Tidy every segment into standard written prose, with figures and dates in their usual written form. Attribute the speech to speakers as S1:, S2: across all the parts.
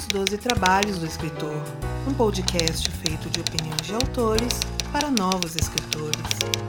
S1: Os 12 Trabalhos do Escritor, um podcast feito de opiniões de autores para novos escritores.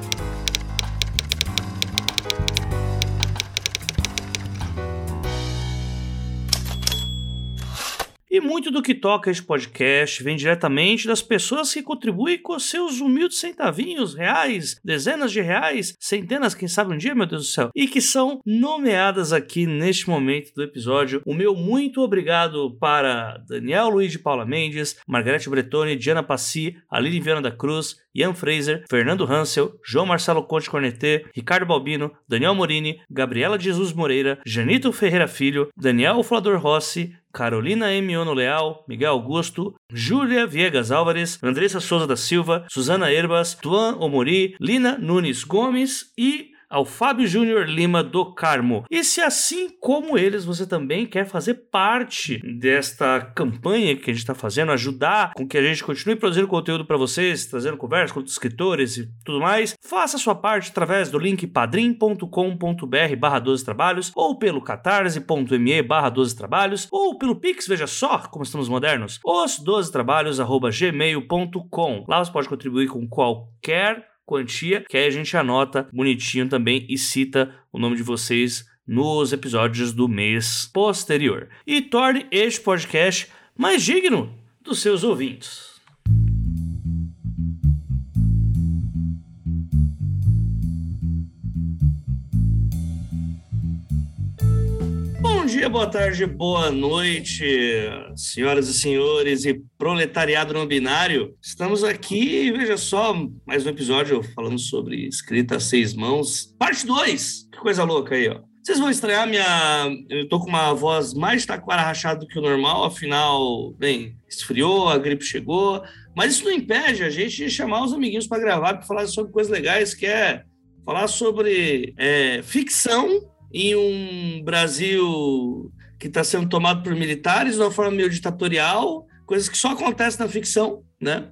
S2: E muito do que toca este podcast vem diretamente das pessoas que contribuem com seus humildes centavinhos, reais, dezenas de reais, centenas, quem sabe um dia, meu Deus do céu, e que são nomeadas aqui neste momento do episódio. O meu muito obrigado para Daniel Luiz de Paula Mendes, Margarete Bretoni, Diana Passi, Aline Viana da Cruz, Ian Fraser, Fernando Hansel, João Marcelo Conte Cornetê, Ricardo Balbino, Daniel Morini, Gabriela de Jesus Moreira, Janito Ferreira Filho, Daniel Flador Rossi, Carolina M. Ono Leal, Miguel Augusto, Júlia Viegas Álvares, Andressa Souza da Silva, Suzana Herbas, Tuan Omori, Lina Nunes Gomes e ao Fábio Júnior Lima do Carmo. E se assim como eles você também quer fazer parte desta campanha que a gente está fazendo, ajudar com que a gente continue produzindo conteúdo para vocês, trazendo conversas com outros escritores e tudo mais, faça a sua parte através do link padrim.com.br/12 trabalhos ou pelo catarse.me/12 trabalhos ou pelo Pix, veja só como estamos modernos, os12trabalhos@gmail.com. Lá você pode contribuir com qualquer quantia, que aí a gente anota bonitinho também e cita o nome de vocês nos episódios do mês posterior. E torne este podcast mais digno dos seus ouvintes. Bom dia, boa tarde, boa noite, senhoras e senhores e proletariado não binário. Estamos aqui, veja só, mais um episódio falando sobre escrita a 6 mãos, parte 2. Que coisa louca aí, ó. Vocês vão estranhar eu tô com uma voz mais taquara rachada do que o normal, afinal, bem, esfriou, a gripe chegou, mas isso não impede a gente de chamar os amiguinhos para gravar, para falar sobre coisas legais, que é falar sobre ficção em um Brasil que está sendo tomado por militares de uma forma meio ditatorial, coisas que só acontecem na ficção, né?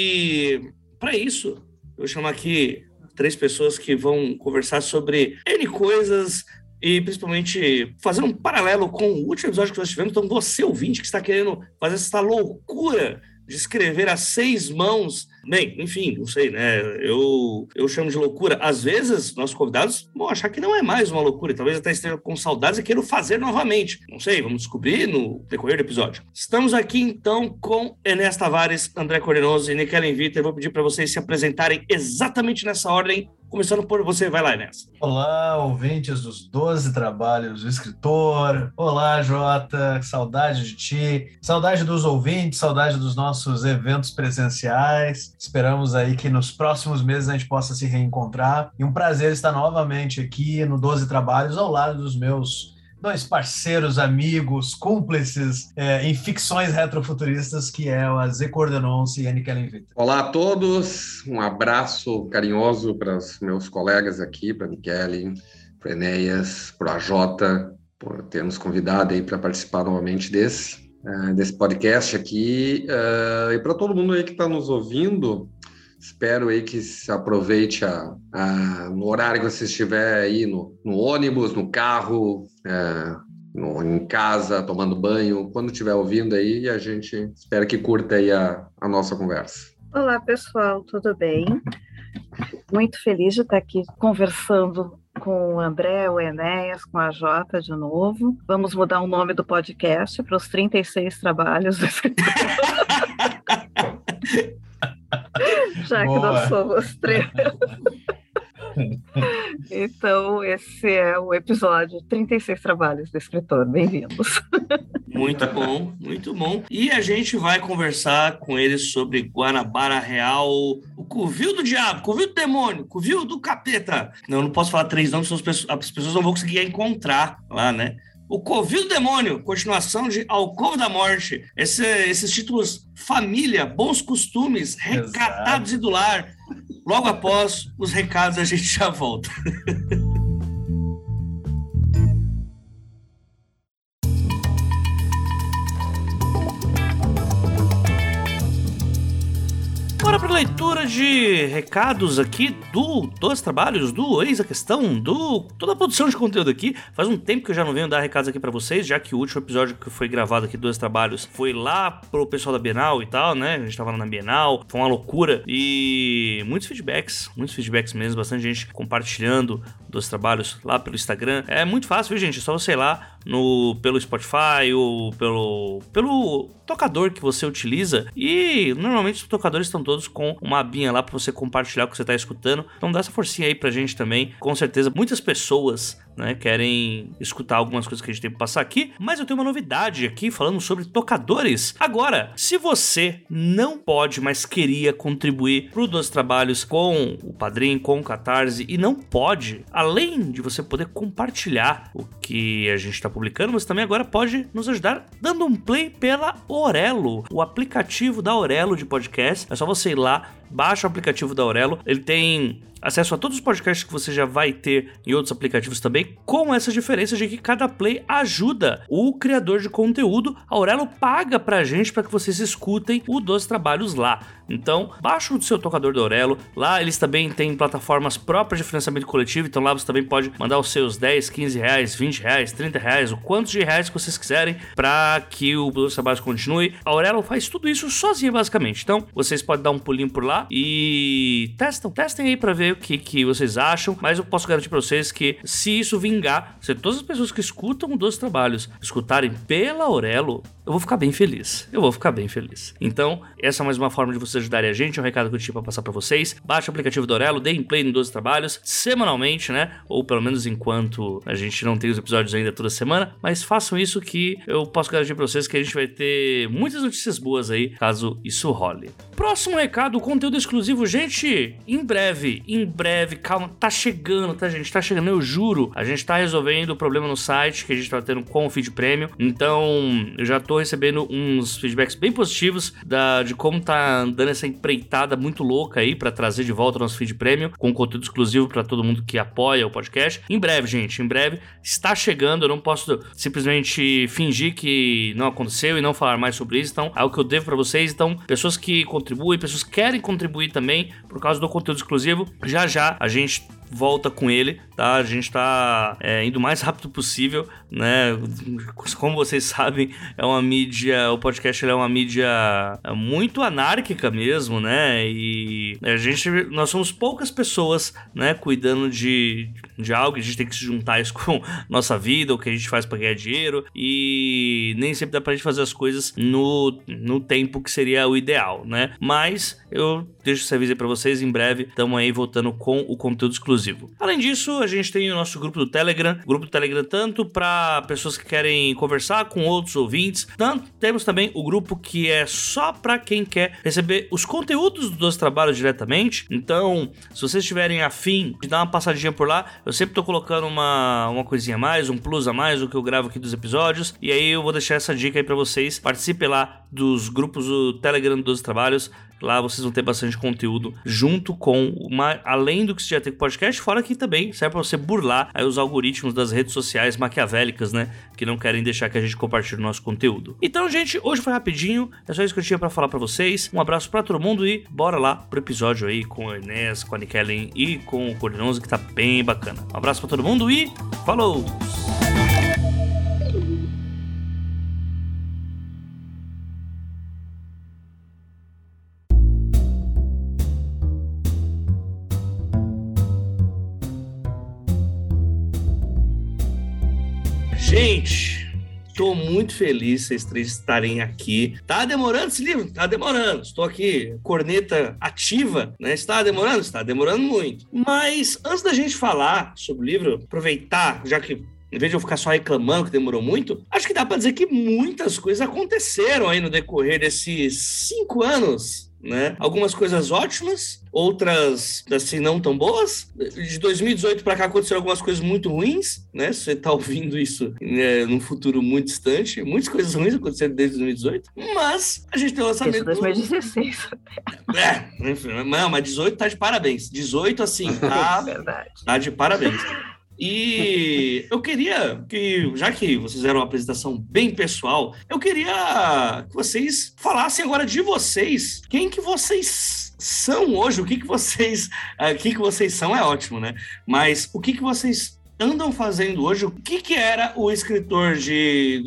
S2: E para isso, eu vou chamar aqui 3 pessoas que vão conversar sobre N coisas e principalmente fazer um paralelo com o último episódio que nós tivemos. Então você, ouvinte, que está querendo fazer essa loucura de escrever a 6 mãos, bem, enfim, não sei, né? Eu chamo de loucura. Às vezes, nossos convidados vão achar que não é mais uma loucura, talvez até estejam com saudades e queiram fazer novamente. Não sei, vamos descobrir no decorrer do episódio. Estamos aqui, então, com Enéas Tavares, André Cordenoso e Nikellen Viter. Vou pedir para vocês se apresentarem exatamente nessa ordem, começando por você. Vai lá, Enéas.
S3: Olá, ouvintes dos 12 Trabalhos do Escritor. Olá, Jota. Saudade de ti. Saudade dos ouvintes, saudade dos nossos eventos presenciais. Esperamos aí que nos próximos meses a gente possa se reencontrar. E um prazer estar novamente aqui no 12 Trabalhos, ao lado dos meus 2 parceiros, amigos, cúmplices em ficções retrofuturistas, que é o Zé Cordenonce e a Nikellen Viter.
S4: Olá a todos, um abraço carinhoso para os meus colegas aqui, para a Nikellen, para o Enéas, para o AJ, por ter nos convidado aí para participar novamente desse podcast aqui, e para todo mundo aí que está nos ouvindo. Espero aí que se aproveite no horário que você estiver aí no ônibus, no carro, em casa, tomando banho, quando estiver ouvindo aí, a gente espera que curta aí a nossa conversa.
S5: Olá, pessoal, tudo bem? Muito feliz de estar aqui conversando com o André, o Enéas, com a Jota de novo. Vamos mudar o nome do podcast para os 36 Trabalhos do Escritor. Já que nós somos 3. Então, esse é o episódio 36 Trabalhos do Escritor. Bem-vindos.
S2: Muito bom, muito bom. E a gente vai conversar com eles sobre Guanabara Real, o covil do diabo, covil do demônio, covil do capeta. Não posso falar 3 nomes, senão as pessoas não vão conseguir encontrar lá, né? O Covil do Demônio, continuação de Alcova da Morte. Esses títulos família, bons costumes, recatados e do lar. Logo após os recados, a gente já volta. Bora para leitura de recados aqui dos trabalhos, do Eis a Questão, toda a produção de conteúdo aqui. Faz um tempo que eu já não venho dar recados aqui pra vocês, já que o último episódio que foi gravado aqui, Dois Trabalhos, foi lá pro pessoal da Bienal e tal, né? A gente tava lá na Bienal, foi uma loucura. E muitos feedbacks mesmo, bastante gente compartilhando Dois Trabalhos lá pelo Instagram. É muito fácil, viu, gente? É só você ir lá pelo Spotify ou pelo tocador que você utiliza, e normalmente os tocadores estão todos com uma abinha lá para você compartilhar o que você tá escutando. Então dá essa forcinha aí pra gente também. Com certeza muitas pessoas, né, querem escutar algumas coisas que a gente tem pra passar aqui, mas eu tenho uma novidade aqui falando sobre tocadores. Agora, se você não pode, mas queria contribuir pro Dois Trabalhos com o Padrim, com o Catarse, e não pode, além de você poder compartilhar o que a gente tá publicando, você também agora pode nos ajudar dando um play pela Orelo, o aplicativo da Orelo de podcast. É só você ir lá, baixa o aplicativo da Orelo, ele tem acesso a todos os podcasts que você já vai ter em outros aplicativos também, com essa diferença de que cada play ajuda o criador de conteúdo. A Orelo paga pra gente para que vocês escutem o Dois Trabalhos lá. Então, baixa o seu tocador da Orelo. Lá eles também têm plataformas próprias de financiamento coletivo, então lá você também pode mandar os seus 10, 15 reais, 20 reais, 30 reais, o quanto de reais que vocês quiserem para que o Dois Trabalhos continue. A Orelo faz tudo isso sozinha, basicamente. Então, vocês podem dar um pulinho por lá e testem aí para ver o que vocês acham, mas eu posso garantir pra vocês que se isso vingar, se todas as pessoas que escutam Dois Trabalhos escutarem pela Orelo, eu vou ficar bem feliz. Então, essa é mais uma forma de vocês ajudarem a gente, é um recado que eu tinha pra passar pra vocês. Baixe o aplicativo da Orelo, deem play no Dois Trabalhos, semanalmente, né? Ou pelo menos enquanto a gente não tem os episódios ainda toda semana, mas façam isso que eu posso garantir pra vocês que a gente vai ter muitas notícias boas aí, caso isso role. Próximo recado, conteúdo exclusivo, gente, em breve, calma, tá chegando, tá, gente? Tá chegando, eu juro. A gente tá resolvendo o problema no site que a gente tá tendo com o feed premium. Então, eu já tô recebendo uns feedbacks bem positivos de como tá dando essa empreitada muito louca aí pra trazer de volta o nosso feed premium com conteúdo exclusivo pra todo mundo que apoia o podcast. Em breve, gente, está chegando. Eu não posso simplesmente fingir que não aconteceu e não falar mais sobre isso. Então, é o que eu devo pra vocês. Então, pessoas que contribuem, pessoas que querem contribuir também por causa do conteúdo exclusivo, já a gente volta com ele, tá? A gente tá indo o mais rápido possível, né? Como vocês sabem, o podcast é uma mídia muito anárquica mesmo, né? E nós somos poucas pessoas, né, cuidando de algo, a gente tem que se juntar isso com nossa vida, o que a gente faz pra ganhar dinheiro, e nem sempre dá pra gente fazer as coisas no tempo que seria o ideal, né? Mas eu deixo esse aviso aí pra vocês, em breve estamos aí voltando com o conteúdo exclusivo. Além disso, a gente tem o nosso grupo do Telegram, tanto para pessoas que querem conversar com outros ouvintes, temos também o grupo que é só para quem quer receber os conteúdos dos trabalhos diretamente. Então, se vocês estiverem afim de dar uma passadinha por lá, eu sempre tô colocando uma coisinha a mais, um plus a mais do que eu gravo aqui dos episódios, e aí eu vou deixar essa dica aí para vocês. Participem lá dos grupos do Telegram dos trabalhos. Lá vocês vão ter bastante conteúdo junto com além do que você já tem com o podcast, fora que também serve para você burlar aí os algoritmos das redes sociais maquiavélicas, né, que não querem deixar que a gente compartilhe o nosso conteúdo. Então, gente, hoje foi rapidinho, é só isso que eu tinha para falar para vocês. Um abraço para todo mundo e bora lá pro episódio aí com o Enéas, com a Nikellen e com o Cordinoso, que tá bem bacana. Um abraço para todo mundo e falou! Gente, tô muito feliz vocês três estarem aqui. Tá demorando esse livro? Tá demorando. Estou aqui, corneta ativa, né? Está demorando? Está demorando muito. Mas antes da gente falar sobre o livro, aproveitar, já que em vez de eu ficar só reclamando que demorou muito, acho que dá pra dizer que muitas coisas aconteceram aí no decorrer desses 5 anos, né? Algumas coisas ótimas, outras, assim, não tão boas. De 2018 para cá aconteceram algumas coisas muito ruins, né? Se você tá ouvindo isso num futuro muito distante, muitas coisas ruins aconteceram desde 2018, mas a gente tem o lançamento...
S5: Desde 2016.
S2: Enfim, não, mas 18 tá de parabéns. 18, assim, tá de parabéns. E eu queria que, já que vocês fizeram uma apresentação bem pessoal, eu queria que vocês falassem agora de vocês. Quem que vocês são hoje? O que que vocês são é ótimo, né? Mas o que vocês andam fazendo hoje? O que era o escritor de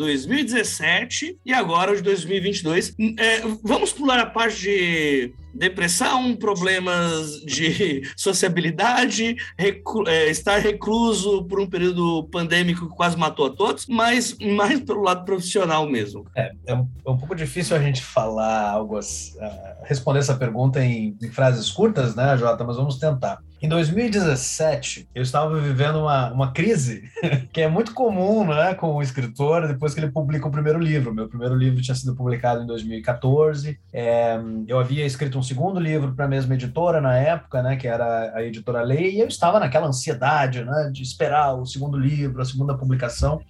S2: 2017 e agora o de 2022? Vamos pular a parte de depressão, problemas de sociabilidade, estar recluso por um período pandêmico que quase matou a todos, mas mais pelo lado profissional mesmo.
S3: É um pouco difícil a gente falar algo, responder essa pergunta em frases curtas, né, Jota? Mas vamos tentar. Em 2017, eu estava vivendo uma crise que é muito comum, né, com o escritor depois que ele publica o primeiro livro. Meu primeiro livro tinha sido publicado em 2014. Eu havia escrito um segundo livro para a mesma editora na época, né, que era a Editora Lei, e eu estava naquela ansiedade, né, de esperar o segundo livro, a segunda publicação,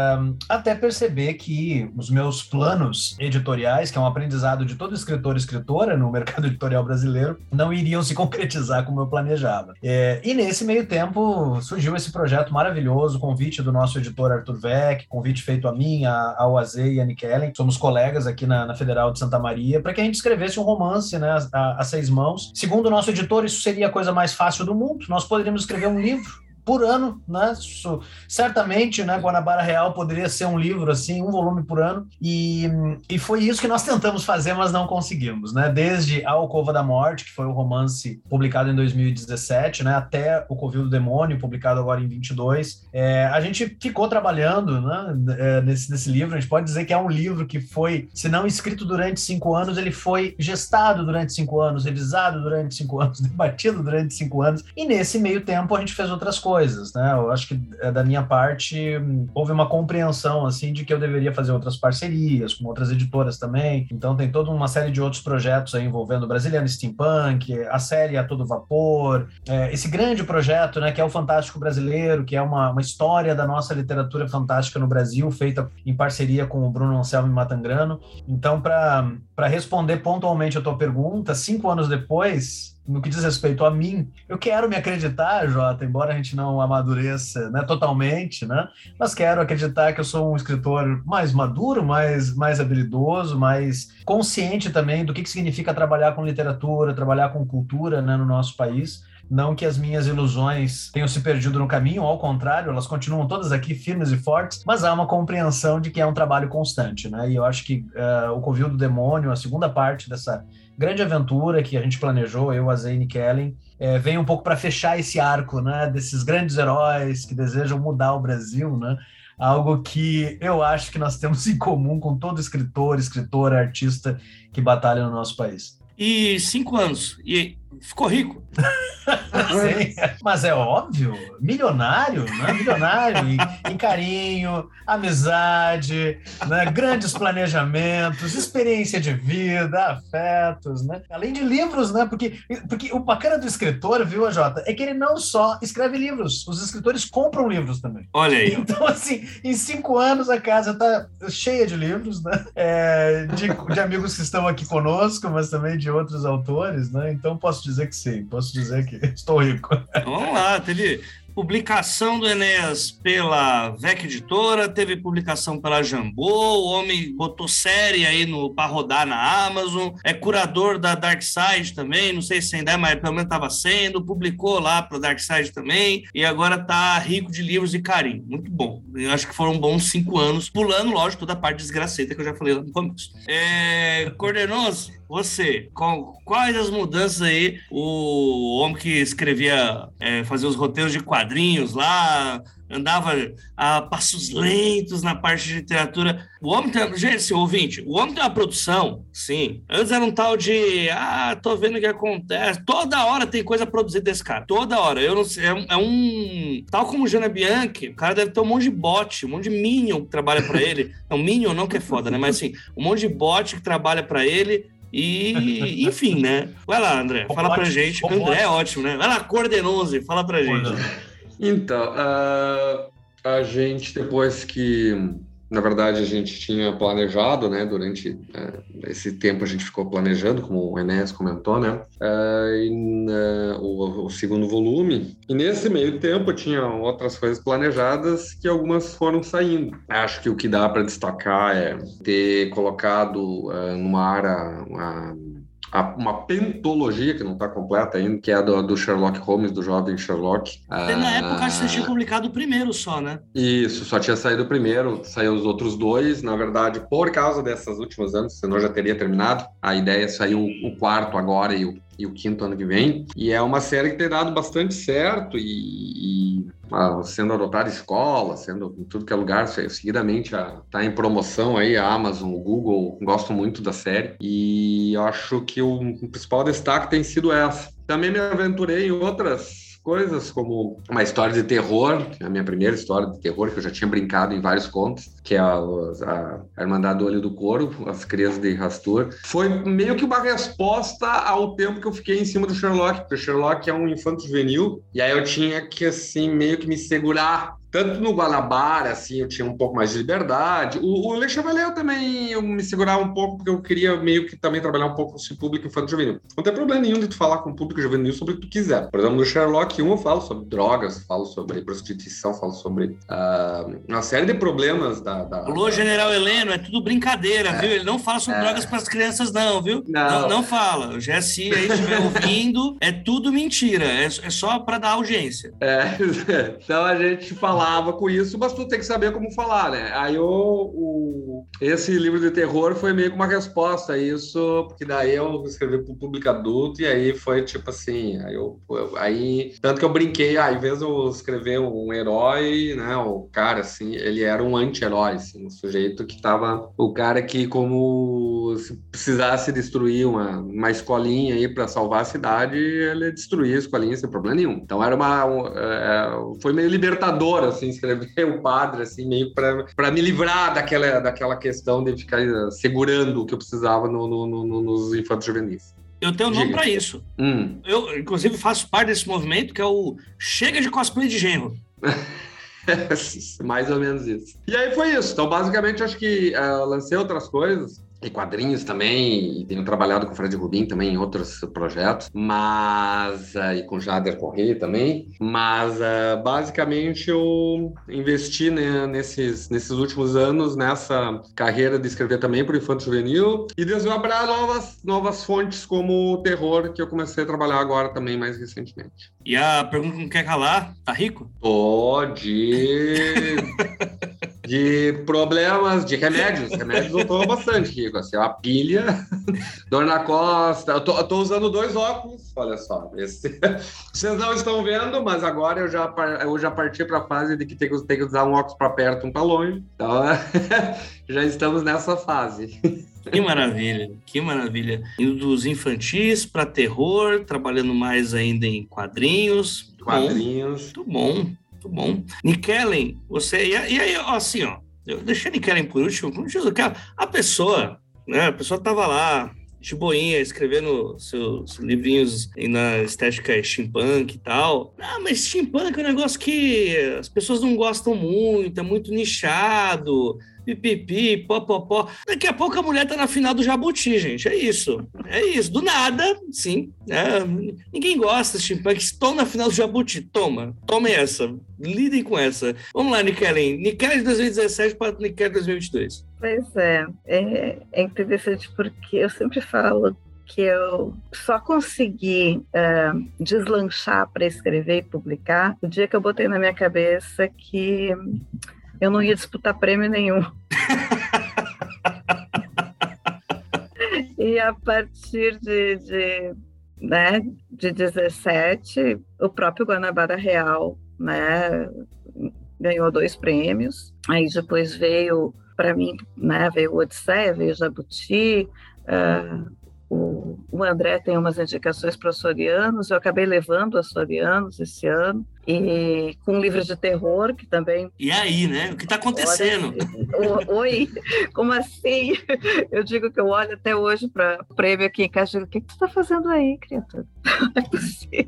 S3: até perceber que os meus planos editoriais, que é um aprendizado de todo escritor e escritora no mercado editorial brasileiro, não iriam se concretizar como eu planejava. E nesse meio tempo surgiu esse projeto maravilhoso, convite do nosso editor Arthur Weck, convite feito a mim, ao Azê e a Nick Ellen, somos colegas aqui na Federal de Santa Maria, para que a gente escrevesse um romance, né, a 6 mãos. Segundo o nosso editor, isso seria a coisa mais fácil do mundo, nós poderíamos escrever um livro por ano, né? Isso, certamente, né, Guanabara Real poderia ser um livro assim, um volume por ano, e foi isso que nós tentamos fazer, mas não conseguimos, né? Desde A Alcova da Morte, que foi o romance publicado em 2017, né, até O Covil do Demônio, publicado agora em 22, a gente ficou trabalhando, né, nesse livro. A gente pode dizer que é um livro que foi, se não escrito durante 5 anos, ele foi gestado durante 5 anos, revisado durante 5 anos, debatido durante 5 anos, e nesse meio tempo a gente fez outras coisas, né? Eu acho que da minha parte houve uma compreensão assim de que eu deveria fazer outras parcerias com outras editoras também. Então tem toda uma série de outros projetos aí envolvendo o Brasiliano Steampunk, a série A Todo Vapor, esse grande projeto, né, que é o Fantástico Brasileiro, que é uma história da nossa literatura fantástica no Brasil, feita em parceria com o Bruno Anselmo e Matangrano. Então, para responder pontualmente a tua pergunta, 5 anos depois, no que diz respeito a mim, eu quero me acreditar, Jota, embora a gente não amadureça, né, totalmente, né, mas quero acreditar que eu sou um escritor mais maduro, mais habilidoso, mais consciente também do que significa trabalhar com literatura, trabalhar com cultura, né, no nosso país. Não que as minhas ilusões tenham se perdido no caminho, ao contrário, elas continuam todas aqui firmes e fortes, mas há uma compreensão de que é um trabalho constante, né? E eu acho que O Covil do Demônio, a segunda parte dessa grande aventura que a gente planejou, eu, a Zé e Nick Ellen, vem um pouco para fechar esse arco, né, desses grandes heróis que desejam mudar o Brasil, né? Algo que eu acho que nós temos em comum com todo escritor, escritora, artista que batalha no nosso país.
S2: E 5 anos, e ficou rico.
S3: Sim, mas é óbvio, milionário, né? Milionário em carinho, amizade, né? Grandes planejamentos, experiência de vida, afetos, né? Além de livros, né? Porque o bacana do escritor, viu, Jota, é que ele não só escreve livros, os escritores compram livros também.
S2: Olha aí.
S3: Então, assim, em 5 anos a casa está cheia de livros, né? De amigos que estão aqui conosco, mas também de outros autores, né? Então posso dizer que sim, posso dizer que estou rico.
S2: Vamos lá, teve publicação do Enéas pela VEC Editora, teve publicação pela Jambô, o homem botou série aí para rodar na Amazon, é curador da Dark Side também, não sei se ainda é, mas pelo menos estava sendo, publicou lá para o Dark Side também, e agora tá rico de livros e carinho, muito bom. Eu acho que foram bons 5 anos, pulando, lógico, toda a parte desgraceta que eu já falei lá no começo. Cordenose, você, quais as mudanças aí, o homem que escrevia, fazia os roteiros de quadrinhos lá, andava a passos lentos na parte de literatura. O homem tem, gente, seu ouvinte, o homem tem uma produção, sim. Antes era um tal de, tô vendo o que acontece. Toda hora tem coisa produzida desse cara. Toda hora. Eu não sei, tal como o Jana Bianchi, o cara deve ter um monte de bot, um monte de minion que trabalha pra ele. Não, minion não que é foda, né? Mas assim, um monte de bot que trabalha pra ele. E, enfim, né? Vai lá, André, fala pra gente. O André é ótimo, né? Vai lá, Cordenose, fala pra gente.
S4: Então, a gente, depois que Na verdade, a gente tinha planejado, né? Durante esse tempo a gente ficou planejando, como o Enéas comentou, né? O segundo volume. E nesse meio tempo tinha outras coisas planejadas que algumas foram saindo. Acho que o que dá para destacar é ter colocado numa área uma pentologia, que não está completa ainda, que é a do Sherlock Holmes, do jovem Sherlock.
S2: Na época, acho que você tinha publicado o primeiro só, né?
S4: Isso, só tinha saído o primeiro, saiu os outros dois. Na verdade, por causa desses últimos anos, senão já teria terminado. A ideia é sair o quarto agora e o quinto ano que vem. E é uma série que tem dado bastante certo sendo adotada em escola, sendo em tudo que é lugar, seguidamente está em promoção aí, a Amazon, o Google, gosto muito da série. E eu acho que o principal destaque tem sido essa. Também me aventurei em outras coisas, como uma história de terror, a minha primeira história de terror, que eu já tinha brincado em vários contos, que é a Irmandade do Olho do Corvo, As Crias de Rastur. Foi meio que uma resposta ao tempo que eu fiquei em cima do Sherlock, porque o Sherlock é um infanto-juvenil, e aí eu tinha que, assim, meio que me segurar. Tanto no Guanabara, assim, eu tinha um pouco mais de liberdade. O Le Chevalier também eu me segurava um pouco, porque eu queria meio que também trabalhar um pouco com esse público infanto-juvenil. Não tem problema nenhum de tu falar com o público juvenil sobre o que tu quiser. Por exemplo, no Sherlock 1 eu falo sobre drogas, falo sobre prostituição, falo sobre uma série de problemas
S2: Alô, General Heleno, é tudo brincadeira, viu? Ele não fala sobre drogas para as crianças, não, viu? Não fala. O GSI aí estiver ouvindo, é tudo mentira. É só para dar audiência.
S4: Então a gente falava com isso, mas tu tem que saber como falar, né? Aí esse livro de terror foi meio que uma resposta a isso, porque daí eu escrevi para o público adulto e aí foi tipo assim, tanto que eu brinquei, em vez de eu escrever um herói, né? O cara, assim, ele era um anti-herói, assim, um sujeito que tava, o cara que como se precisasse destruir uma escolinha aí para salvar a cidade, ele destruía a escolinha sem problema nenhum. Então era foi meio libertador, assim, escrever o padre, assim, meio para me livrar daquela questão de ficar segurando o que eu precisava nos infantos juvenis.
S2: Eu tenho um nome para isso. Eu, inclusive, faço parte desse movimento, que é o Chega de Cosplay de Genro.
S4: Mais ou menos isso. E aí foi isso. Então, basicamente, acho que lancei outras coisas. E quadrinhos também, e tenho trabalhado com o Fred Rubin também em outros projetos, e com o Jader Corrêa também, mas basicamente eu investi, né, nesses últimos anos nessa carreira de escrever também para o Infanto Juvenil e desdobrar novas fontes como o terror, que eu comecei a trabalhar agora também mais recentemente.
S2: E a pergunta que não quer calar, tá rico?
S4: De problemas, de remédios eu tô bastante rico, assim, a pilha, dor na costa, eu tô usando 2 óculos, olha só, vocês não estão vendo, mas agora eu já parti para a fase de que tem que usar um óculos para perto, um para longe, então já estamos nessa fase.
S2: Que maravilha, que maravilha. Indo dos infantis para terror, trabalhando mais ainda em quadrinhos. Muito bom. Muito bom. Nikellen, você... E aí, assim, ó, eu deixei a Nikellen por último, a pessoa, né, a pessoa tava lá, de boinha, escrevendo seus livrinhos na estética steampunk e tal. Mas steampunk é um negócio que as pessoas não gostam muito, é muito nichado, pipipi, popopó. Daqui a pouco a mulher tá na final do Jabuti, gente. É isso. Do nada, sim. Ninguém gosta de steampunk. Estão na final do Jabuti. Tomem essa. Lidem com essa. Vamos lá, Nikellen. Nikellen de 2017 para Nikellen de 2022.
S5: Pois é interessante porque eu sempre falo que eu só consegui deslanchar para escrever e publicar o dia que eu botei na minha cabeça que eu não ia disputar prêmio nenhum. E a partir de 17, o próprio Guanabara Real, né, ganhou 2 prêmios. Aí depois veio, para mim, né, veio o Odisseia, veio o Jabuti, o André tem umas indicações para açorianos, eu acabei levando açorianos esse ano, e com um livro de terror, que também...
S2: E aí, né? O que está acontecendo?
S5: Oi, como assim? Eu digo que eu olho até hoje para o prêmio aqui em casa e digo, o que tu está fazendo aí, criatura? Não é possível.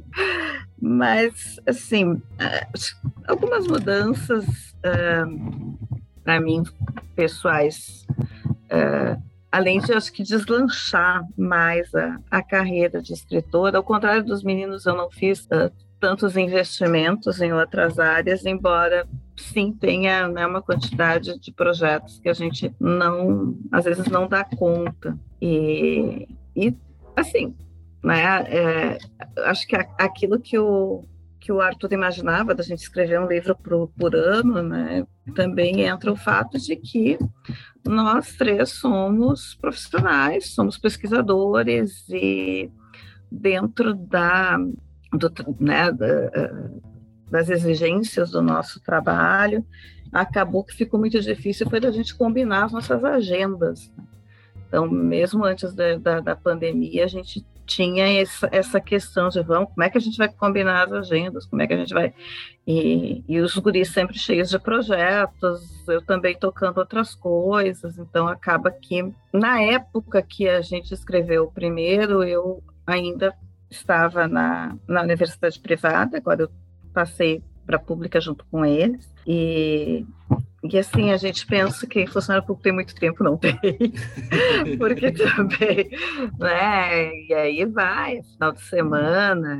S5: Mas, assim, algumas mudanças... para mim, pessoais, além de, acho que, deslanchar mais a carreira de escritora. Ao contrário dos meninos, eu não fiz tantos investimentos em outras áreas, embora sim tenha, né, uma quantidade de projetos que a gente não, às vezes não dá conta. E assim, né, acho que aquilo que o Arthur imaginava da gente escrever um livro por ano, né, também entra o fato de que nós três somos profissionais, somos pesquisadores, e dentro das exigências do nosso trabalho, acabou que ficou muito difícil foi da gente combinar as nossas agendas. Então, mesmo antes da pandemia, a gente tinha essa questão de como é que a gente vai combinar as agendas, como é que a gente vai... E os guris sempre cheios de projetos, eu também tocando outras coisas, então acaba que, na época que a gente escreveu o primeiro, eu ainda estava na universidade privada, agora eu passei para a pública junto com eles, e assim, a gente pensa que funcionário público tem muito tempo, não tem, porque também, né, e aí vai, final de semana,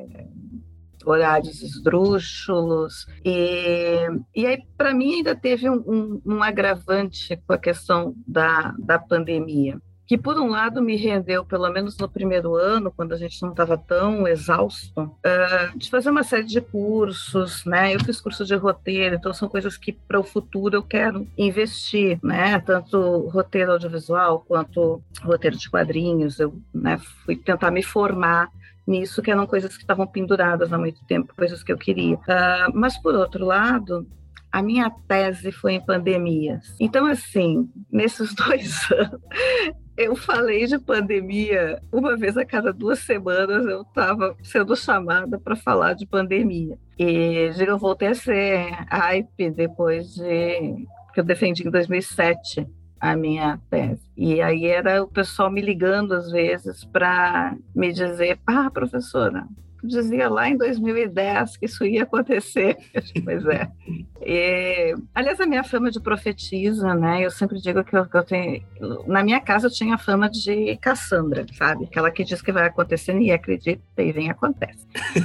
S5: horários esdrúxulos, e aí, para mim, ainda teve um agravante com a questão da pandemia, que, por um lado, me rendeu, pelo menos no primeiro ano, quando a gente não estava tão exausto, de fazer uma série de cursos, né? Eu fiz curso de roteiro, então são coisas que, para o futuro, eu quero investir, né? Tanto roteiro audiovisual, quanto roteiro de quadrinhos. Eu, né, fui tentar me formar nisso, que eram coisas que estavam penduradas há muito tempo, coisas que eu queria. Mas, por outro lado, a minha tese foi em pandemias. Então, assim, nesses 2 anos, eu falei de pandemia uma vez a cada 2 semanas, eu estava sendo chamada para falar de pandemia. E eu voltei a ser hype depois que eu defendi em 2007 a minha tese. E aí era o pessoal me ligando às vezes para me dizer: professora, dizia lá em 2010 que isso ia acontecer. Pois é. Aliás, a minha fama de profetisa, né? Eu sempre digo que eu tenho... Na minha casa eu tinha a fama de Cassandra, sabe? Aquela que diz que vai acontecer e acredita e vem acontece.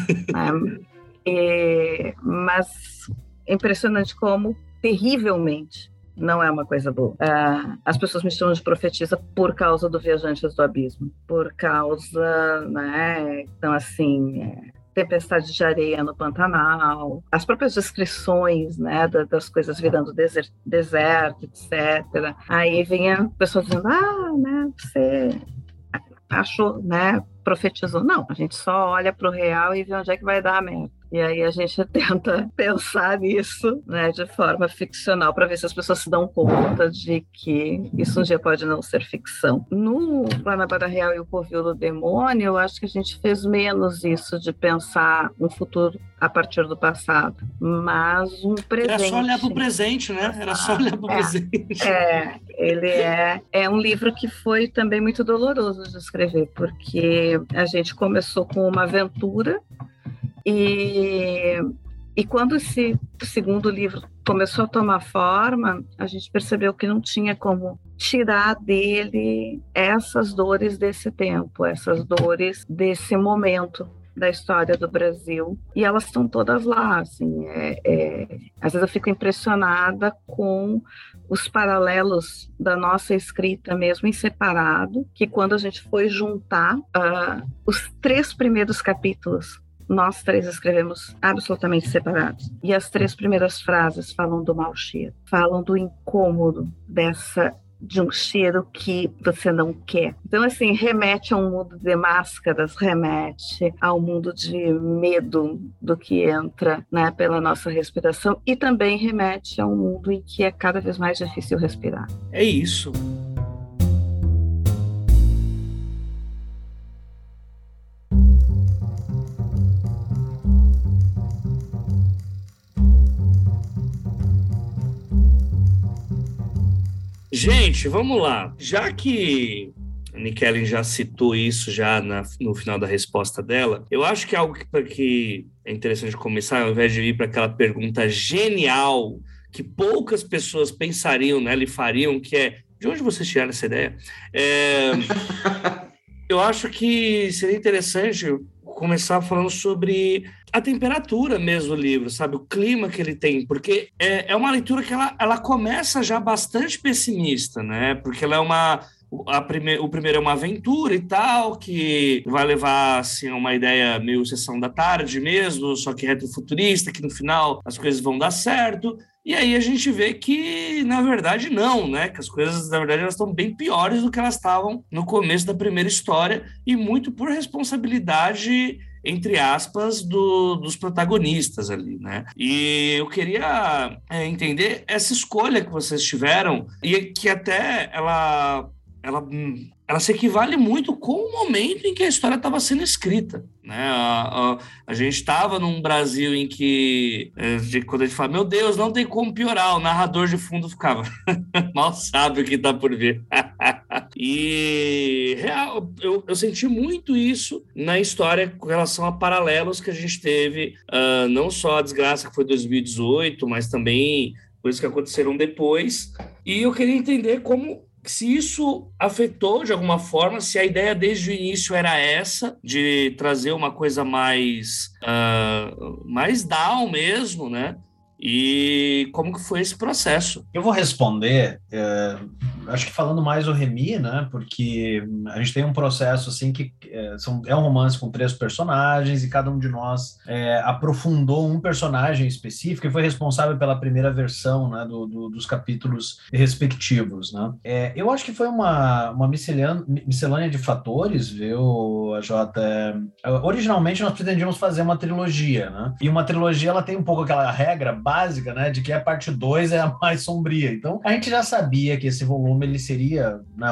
S5: Mas é impressionante como, terrivelmente, não é uma coisa boa. As pessoas me chamam de profetisa por causa do Viajantes do Abismo, por causa, né? Então, assim, tempestade de areia no Pantanal, as próprias descrições, né, das coisas virando deserto, etc. Aí vinha pessoas dizendo: né, você achou, né, profetizou. Não, a gente só olha para o real e vê onde é que vai dar a merda. E aí a gente tenta pensar nisso, né, de forma ficcional, para ver se as pessoas se dão conta de que isso um dia pode não ser ficção. No Guanabara Real e o Covil do Demônio, eu acho que a gente fez menos isso de pensar um futuro a partir do passado, mas um presente.
S2: Era só olhar para o presente, né? Era só olhar para o presente.
S5: Ele é um livro que foi também muito doloroso de escrever, porque a gente começou com uma aventura, e quando esse segundo livro começou a tomar forma, a gente percebeu que não tinha como tirar dele essas dores desse tempo, essas dores desse momento da história do Brasil, e elas estão todas lá, assim, às vezes eu fico impressionada com os paralelos da nossa escrita mesmo em separado, que quando a gente foi juntar os 3 primeiros capítulos, nós 3 escrevemos absolutamente separados. E as 3 primeiras frases falam do mau cheiro, falam do incômodo de um cheiro que você não quer. Então, assim, remete a um mundo de máscaras, remete ao mundo de medo do que entra, né, pela nossa respiração, e também remete a um mundo em que é cada vez mais difícil respirar.
S2: É isso. Gente, vamos lá. Já que a Nikellen já citou isso já no final da resposta dela, eu acho que é algo que é interessante começar, ao invés de ir para aquela pergunta genial que poucas pessoas pensariam nela e fariam, que é... De onde vocês tiraram essa ideia? Eu acho que seria interessante começar falando sobre a temperatura mesmo do livro, sabe? O clima que ele tem, porque é uma leitura que ela começa já bastante pessimista, né? Porque ela é o primeiro é uma aventura e tal, que vai levar assim, a uma ideia meio sessão da tarde mesmo, só que retrofuturista, que no final as coisas vão dar certo. E aí a gente vê que, na verdade, não, né? Que as coisas, na verdade, elas estão bem piores do que elas estavam no começo da primeira história, e muito por responsabilidade, entre aspas, dos protagonistas ali, né? E eu queria entender essa escolha que vocês tiveram, e que até ela se equivale muito com o momento em que a história estava sendo escrita, né? A gente estava num Brasil em que, quando a gente fala, meu Deus, não tem como piorar, o narrador de fundo ficava, mal sabe o que está por vir. E real, eu senti muito isso na história com relação a paralelos que a gente teve, não só a desgraça que foi 2018, mas também coisas que aconteceram depois. E eu queria entender se isso afetou de alguma forma, se a ideia desde o início era essa, de trazer uma coisa mais down mesmo, né? E como que foi esse processo?
S3: Eu vou responder, acho que falando mais o Remy, né? Porque a gente tem um processo assim que é um romance com 3 personagens e cada um de nós aprofundou um personagem específico e foi responsável pela primeira versão, né, dos capítulos respectivos, né? Eu acho que foi uma miscelânea de fatores, viu, Jota? Originalmente nós pretendíamos fazer uma trilogia, né? E uma trilogia ela tem um pouco aquela regra básica, né, de que a parte 2 é a mais sombria. Então, a gente já sabia que esse volume ele seria, né,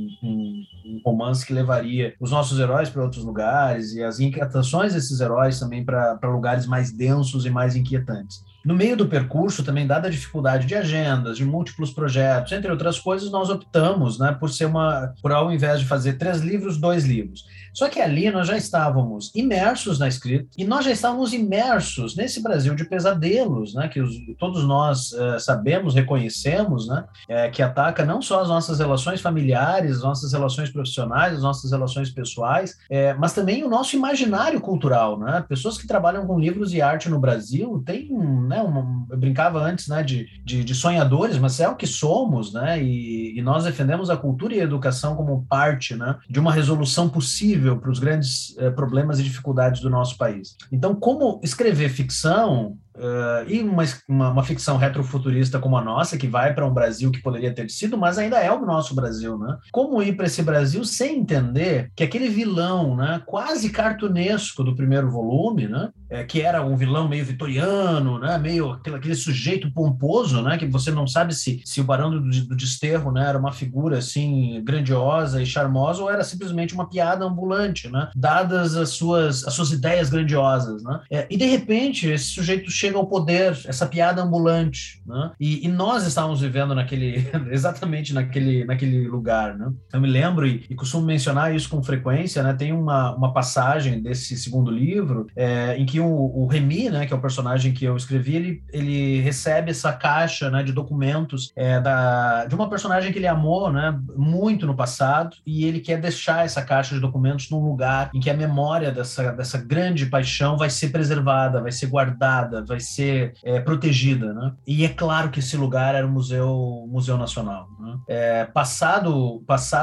S3: um romance que levaria os nossos heróis para outros lugares e as inquietações desses heróis também para lugares mais densos e mais inquietantes. No meio do percurso, também dada a dificuldade de agendas, de múltiplos projetos, entre outras coisas, nós optamos, né, por ao invés de fazer 3 livros, 2 livros. Só que ali nós já estávamos imersos na escrita e nós já estávamos imersos nesse Brasil de pesadelos, né, que todos nós sabemos, reconhecemos, né, que ataca não só as nossas relações familiares, as nossas relações profissionais, as nossas relações pessoais, mas também o nosso imaginário cultural, né? Pessoas que trabalham com livros e arte no Brasil têm, né, eu brincava antes, né, de sonhadores, mas é o que somos, né? E nós defendemos a cultura e a educação como parte, né, de uma resolução possível para os grandes problemas e dificuldades do nosso país. Então, como escrever ficção e uma ficção retrofuturista como a nossa, que vai para um Brasil que poderia ter sido, mas ainda é o nosso Brasil, né? Como ir para esse Brasil sem entender que aquele vilão, né, quase cartunesco do primeiro volume, né, que era um vilão meio vitoriano, né, meio aquele sujeito pomposo, né, que você não sabe se o Barão do Desterro, né, era uma figura assim grandiosa e charmosa ou era simplesmente uma piada ambulante, né, dadas as suas ideias grandiosas, né? E de repente esse sujeito chega ao poder, essa piada ambulante, né? E nós estávamos vivendo exatamente naquele lugar, né? Eu me lembro e costumo mencionar isso com frequência, né? Tem uma passagem desse segundo livro em que o Remy, né, que é o personagem que eu escrevi, ele recebe essa caixa, né, de documentos de uma personagem que ele amou, né, muito no passado, e ele quer deixar essa caixa de documentos num lugar em que a memória dessa grande paixão vai ser preservada, vai ser guardada, vai ser protegida, né? E é claro que esse lugar era o Museu Nacional, né? Passado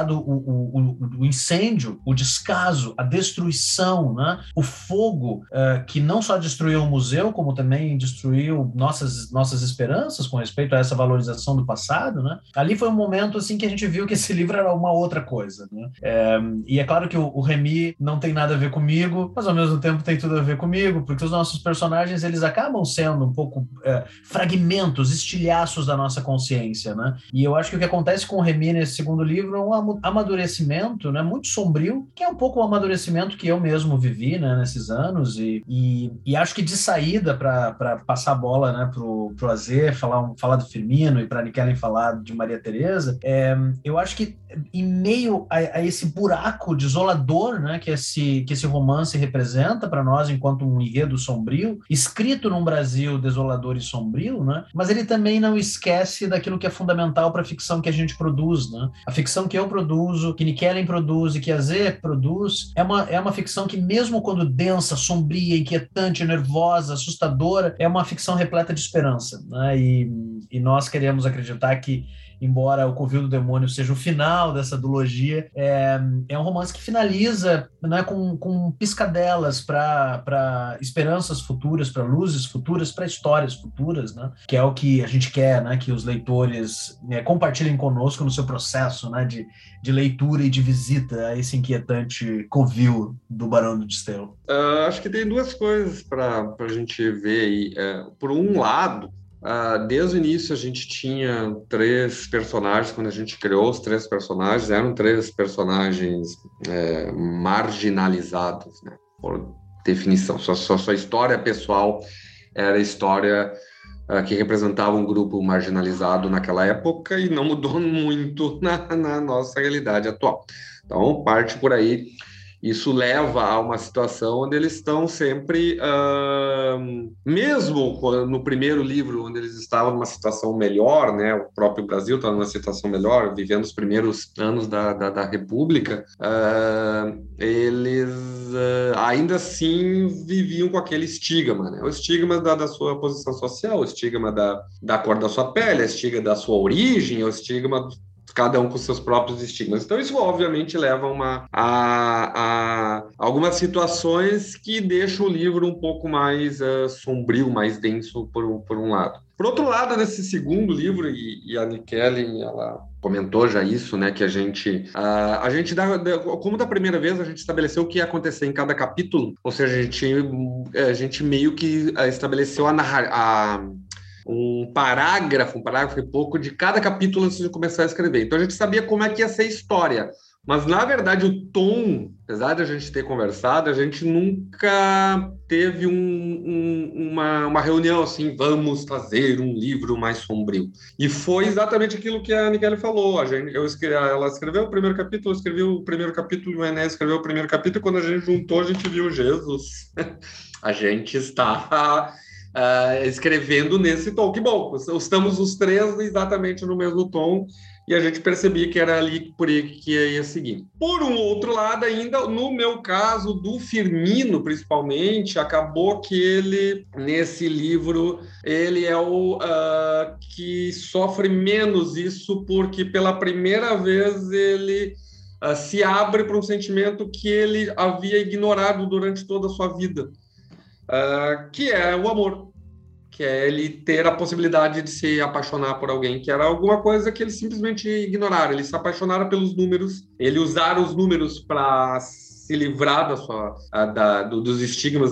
S3: o incêndio, o descaso, a destruição, né? O fogo que não só destruiu o museu, como também destruiu nossas esperanças com respeito a essa valorização do passado, né? Ali foi um momento assim que a gente viu que esse livro era uma outra coisa, né? E é claro que o Remy não tem nada a ver comigo, mas ao mesmo tempo tem tudo a ver comigo, porque os nossos personagens eles acabam sendo um pouco fragmentos, estilhaços da nossa consciência, né? E eu acho que o que acontece com o Remy nesse segundo livro é um amadurecimento, né, muito sombrio, que é um pouco o amadurecimento que eu mesmo vivi, né, nesses anos, e acho que de saída para passar a bola, né, pro Azê falar do Firmino e para a Nikellen falar de Maria Tereza, eu acho que em meio a esse buraco desolador, né, que esse romance representa para nós enquanto um enredo sombrio, escrito num Brasil Brasil desolador e sombrio, né? Mas ele também não esquece daquilo que é fundamental para a ficção que a gente produz, né? A ficção que eu produzo, que Nikellen produz e que a Zé produz, é uma ficção que, mesmo quando densa, sombria, inquietante, nervosa, assustadora, é uma ficção repleta de esperança, né? E nós queremos acreditar que, embora O Covil do Demônio seja o final dessa duologia, é um romance que finaliza, né, com piscadelas para esperanças futuras, para luzes futuras, para histórias futuras, né, que é o que a gente quer, né, que os leitores compartilhem conosco no seu processo, né, de leitura e de visita a esse inquietante covil do Barão do Desterro.
S4: Acho que tem duas coisas para a gente ver aí. Por um lado, desde o início a gente tinha 3 personagens. Quando a gente criou os 3 personagens, eram 3 personagens marginalizados, né, por definição. Sua história pessoal era a história que representava um grupo marginalizado naquela época e não mudou muito na nossa realidade atual. Então, parte por aí. Isso leva a uma situação onde eles estão sempre, mesmo no primeiro livro, onde eles estavam numa situação melhor, né? O próprio Brasil estava numa situação melhor, vivendo os primeiros anos da República, eles ainda assim viviam com aquele estigma, né? O estigma da sua posição social, o estigma da cor da sua pele, o estigma da sua origem, o estigma... cada um com seus próprios estigmas. Então, isso obviamente leva a algumas situações que deixam o livro um pouco mais sombrio, mais denso, por um lado. Por outro lado, nesse segundo livro, e a Nikellen, ela comentou já isso, né, que a gente como da primeira vez, a gente estabeleceu o que ia acontecer em cada capítulo, ou seja, a gente meio que estabeleceu um parágrafo e pouco de cada capítulo antes de começar a escrever. Então a gente sabia como é que ia ser a história. Mas, na verdade, o tom, apesar de a gente ter conversado, a gente nunca teve uma reunião assim, vamos fazer um livro mais sombrio. E foi exatamente aquilo que a Nikellen falou. Ela escreveu o primeiro capítulo, eu escrevi o primeiro capítulo, o Enéas escreveu o primeiro capítulo, e quando a gente juntou, a gente viu Jesus. A gente está... escrevendo nesse tom. Que bom, estamos os 3 exatamente no mesmo tom e a gente percebia que era ali por aí que ia seguir. Por um outro lado ainda, no meu caso, do Firmino, principalmente, acabou que ele, nesse livro, ele é o que sofre menos isso, porque pela primeira vez ele se abre para um sentimento que ele havia ignorado durante toda a sua vida. Que é o amor, que é ele ter a possibilidade de se apaixonar por alguém, que era alguma coisa que ele simplesmente ignoraram. Ele se apaixonara pelos números, ele usara os números para se livrar dos estigmas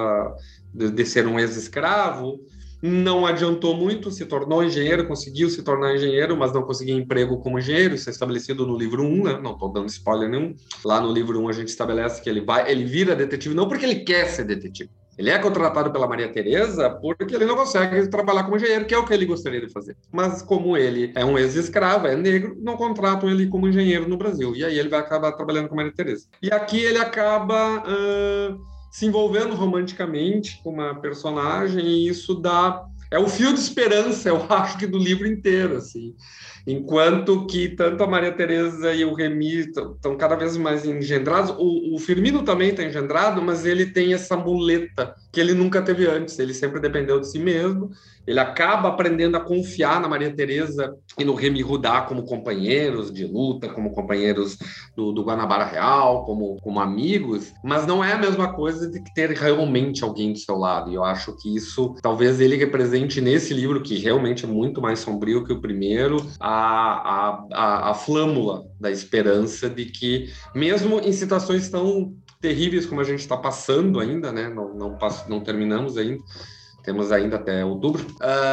S4: de ser um ex-escravo. Não adiantou muito, se tornou engenheiro, conseguiu se tornar engenheiro, mas não conseguia emprego como engenheiro. Isso é estabelecido no livro 1, né? Não estou dando spoiler nenhum. Lá no livro 1 a gente estabelece que ele vira detetive, não porque ele quer ser detetive. Ele é contratado pela Maria Teresa porque ele não consegue trabalhar como engenheiro, que é o que ele gostaria de fazer. Mas como ele é um ex-escravo, é negro, não contratam ele como engenheiro no Brasil. E aí ele vai acabar trabalhando com a Maria Teresa. E aqui ele acaba se envolvendo romanticamente com uma personagem, e isso é o fio de esperança, eu acho, que do livro inteiro, assim. Enquanto que tanto a Maria Teresa e o Remy estão cada vez mais engendrados, o Firmino também está engendrado, mas ele tem essa muleta que ele nunca teve antes, ele sempre dependeu de si mesmo, ele acaba aprendendo a confiar na Maria Teresa e no Remy Rudá como companheiros de luta, como companheiros do Guanabara Real, como amigos, mas não é a mesma coisa de ter realmente alguém do seu lado, e eu acho que isso, talvez ele represente nesse livro, que realmente é muito mais sombrio que o primeiro, a flâmula da esperança de que, mesmo em situações tão terríveis como a gente está passando ainda, né? Não terminamos ainda, temos ainda até outubro,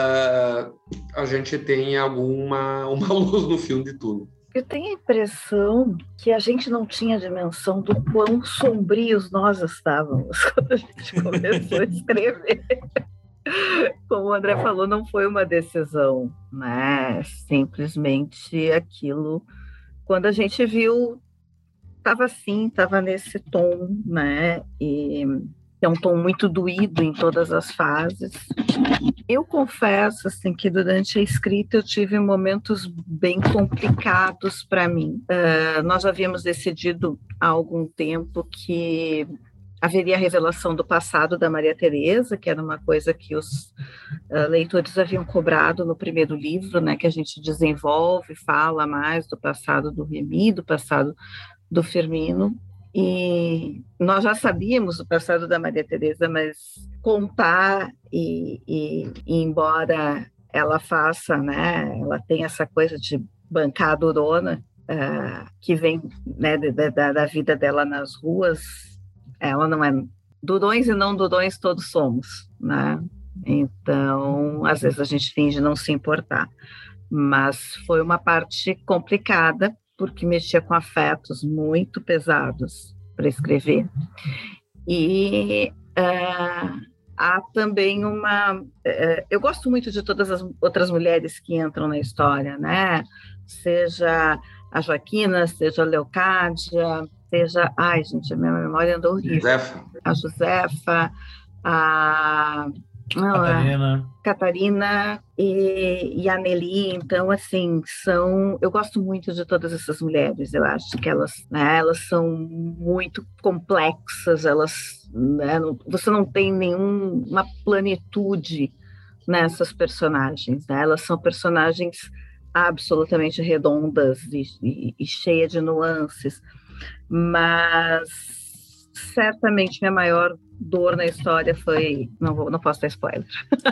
S4: a gente tem uma luz no fim de tudo.
S5: Eu tenho a impressão que a gente não tinha dimensão do quão sombrios nós estávamos quando a gente começou a escrever. Como o André falou, não foi uma decisão, né? Simplesmente aquilo, quando a gente viu, estava assim, estava nesse tom, né? E é um tom muito doído em todas as fases. Eu confesso assim, que durante a escrita eu tive momentos bem complicados para mim. Nós já havíamos decidido há algum tempo que haveria a revelação do passado da Maria Teresa, que era uma coisa que os leitores haviam cobrado no primeiro livro, né, que a gente desenvolve, fala mais do passado do Remy, do passado do Firmino. E nós já sabíamos o passado da Maria Teresa, mas contar e embora ela faça, né, ela tem essa coisa de bancar a durona, que vem, né, da vida dela nas ruas, ela não é durões e não durões todos somos, né? Então, às vezes a gente finge não se importar, mas foi uma parte complicada, porque mexia com afetos muito pesados para escrever. E há também uma... eu gosto muito de todas as outras mulheres que entram na história, né? Seja a Joaquina, seja a Leocádia, seja... Ai, gente, a minha memória andou horrível. A Josefa, a... Catarina e a Nelly. Então, assim, eu gosto muito de todas essas mulheres. Eu acho que elas são muito complexas, né, você não tem nenhuma plenitude nessas personagens, né? Elas são personagens absolutamente redondas e cheias de nuances, mas certamente minha maior dor na história foi... Não posso dar spoiler.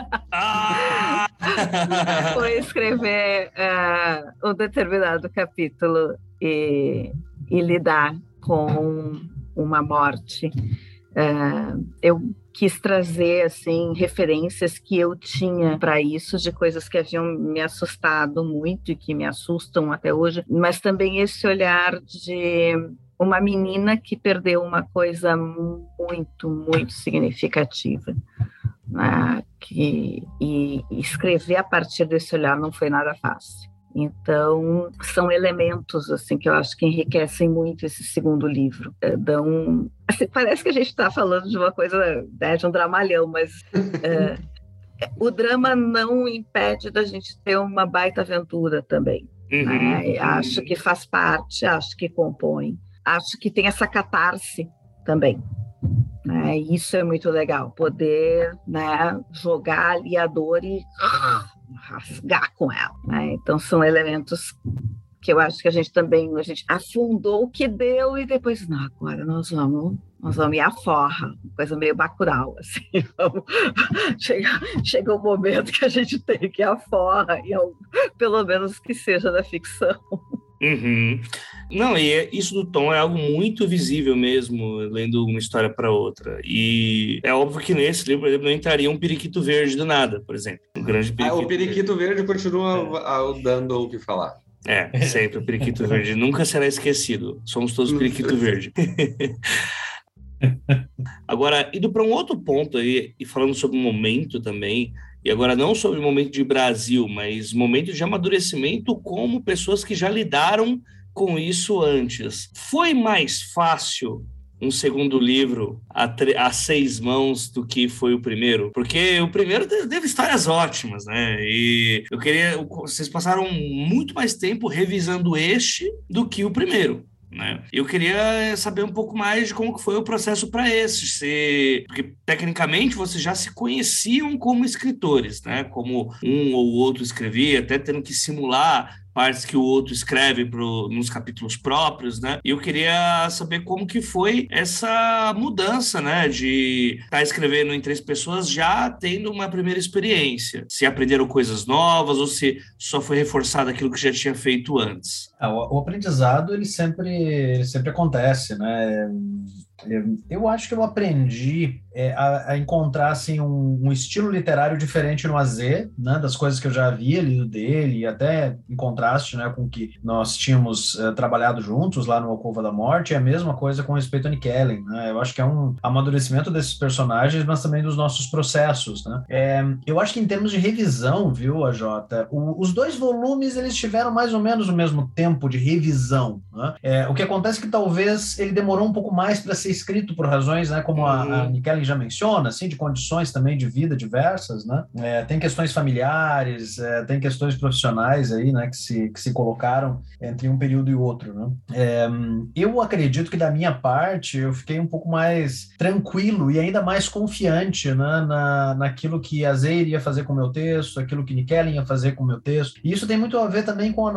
S5: Foi escrever um determinado capítulo e lidar com uma morte. Eu quis trazer assim referências que eu tinha para isso, de coisas que haviam me assustado muito e que me assustam até hoje, mas também esse olhar de uma menina que perdeu uma coisa muito, muito significativa, né? E escrever a partir desse olhar não foi nada fácil. Então, são elementos assim, que eu acho que enriquecem muito esse segundo livro. Assim, parece que a gente está falando de uma coisa, né, de um dramalhão, mas o drama não impede da gente ter uma baita aventura também. Né? Acho que faz parte, acho que compõe. Acho que tem essa catarse também, né? Isso é muito legal, poder, né, jogar ali a dor e rasgar com ela, né? Então são elementos que eu acho que a gente afundou o que deu e depois, não, agora nós vamos ir à forra, coisa meio Bacurau, assim, chega um momento que a gente tem que ir à forra, e pelo menos que seja da ficção.
S2: Não, e isso do tom é algo muito visível mesmo, lendo uma história para outra. E é óbvio que nesse livro, por exemplo, não entraria um periquito verde do nada, por exemplo. Um grande periquito.
S4: O periquito verde continua dando o que falar.
S2: Sempre o periquito verde. Nunca será esquecido. Somos todos periquito verde. Agora, indo para um outro ponto aí, e falando sobre o momento também, e agora não sobre o momento de Brasil, mas momento de amadurecimento como pessoas que já lidaram com isso antes. Foi mais fácil um segundo livro a 6 mãos do que foi o primeiro? Porque o primeiro teve histórias ótimas, né? E vocês passaram muito mais tempo revisando este do que o primeiro, né? Eu queria saber um pouco mais de como que foi o processo para esse, porque tecnicamente vocês já se conheciam como escritores, né? Como um ou outro escrevia, até tendo que simular partes que o outro escreve nos capítulos próprios, né? E eu queria saber como que foi essa mudança, né? De estar escrevendo em 3 pessoas já tendo uma primeira experiência. Se aprenderam coisas novas ou se só foi reforçado aquilo que já tinha feito antes.
S3: O aprendizado, ele sempre acontece, né? Eu acho que eu aprendi a encontrar assim, um estilo literário diferente no AZ, né, das coisas que eu já havia lido dele, e até em contraste, né, com o que nós tínhamos trabalhado juntos lá no Alcova da Morte. É a mesma coisa com respeito a Nick Ellen, né? Eu acho que é um amadurecimento desses personagens, mas também dos nossos processos, né? Eu acho que em termos de revisão, viu, AJ, os 2 volumes eles tiveram mais ou menos o mesmo tempo de revisão, né? O que acontece é que talvez ele demorou um pouco mais para ser ser escrito por razões, né, como a Nickelin já menciona, assim, de condições também de vida diversas, né? Tem questões familiares, tem questões profissionais aí, né, que se colocaram entre um período e outro, né? Eu acredito que da minha parte eu fiquei um pouco mais tranquilo e ainda mais confiante, né, naquilo que a Zé iria fazer com o meu texto, aquilo que Nickelin ia fazer com o meu texto. E isso tem muito a ver também com a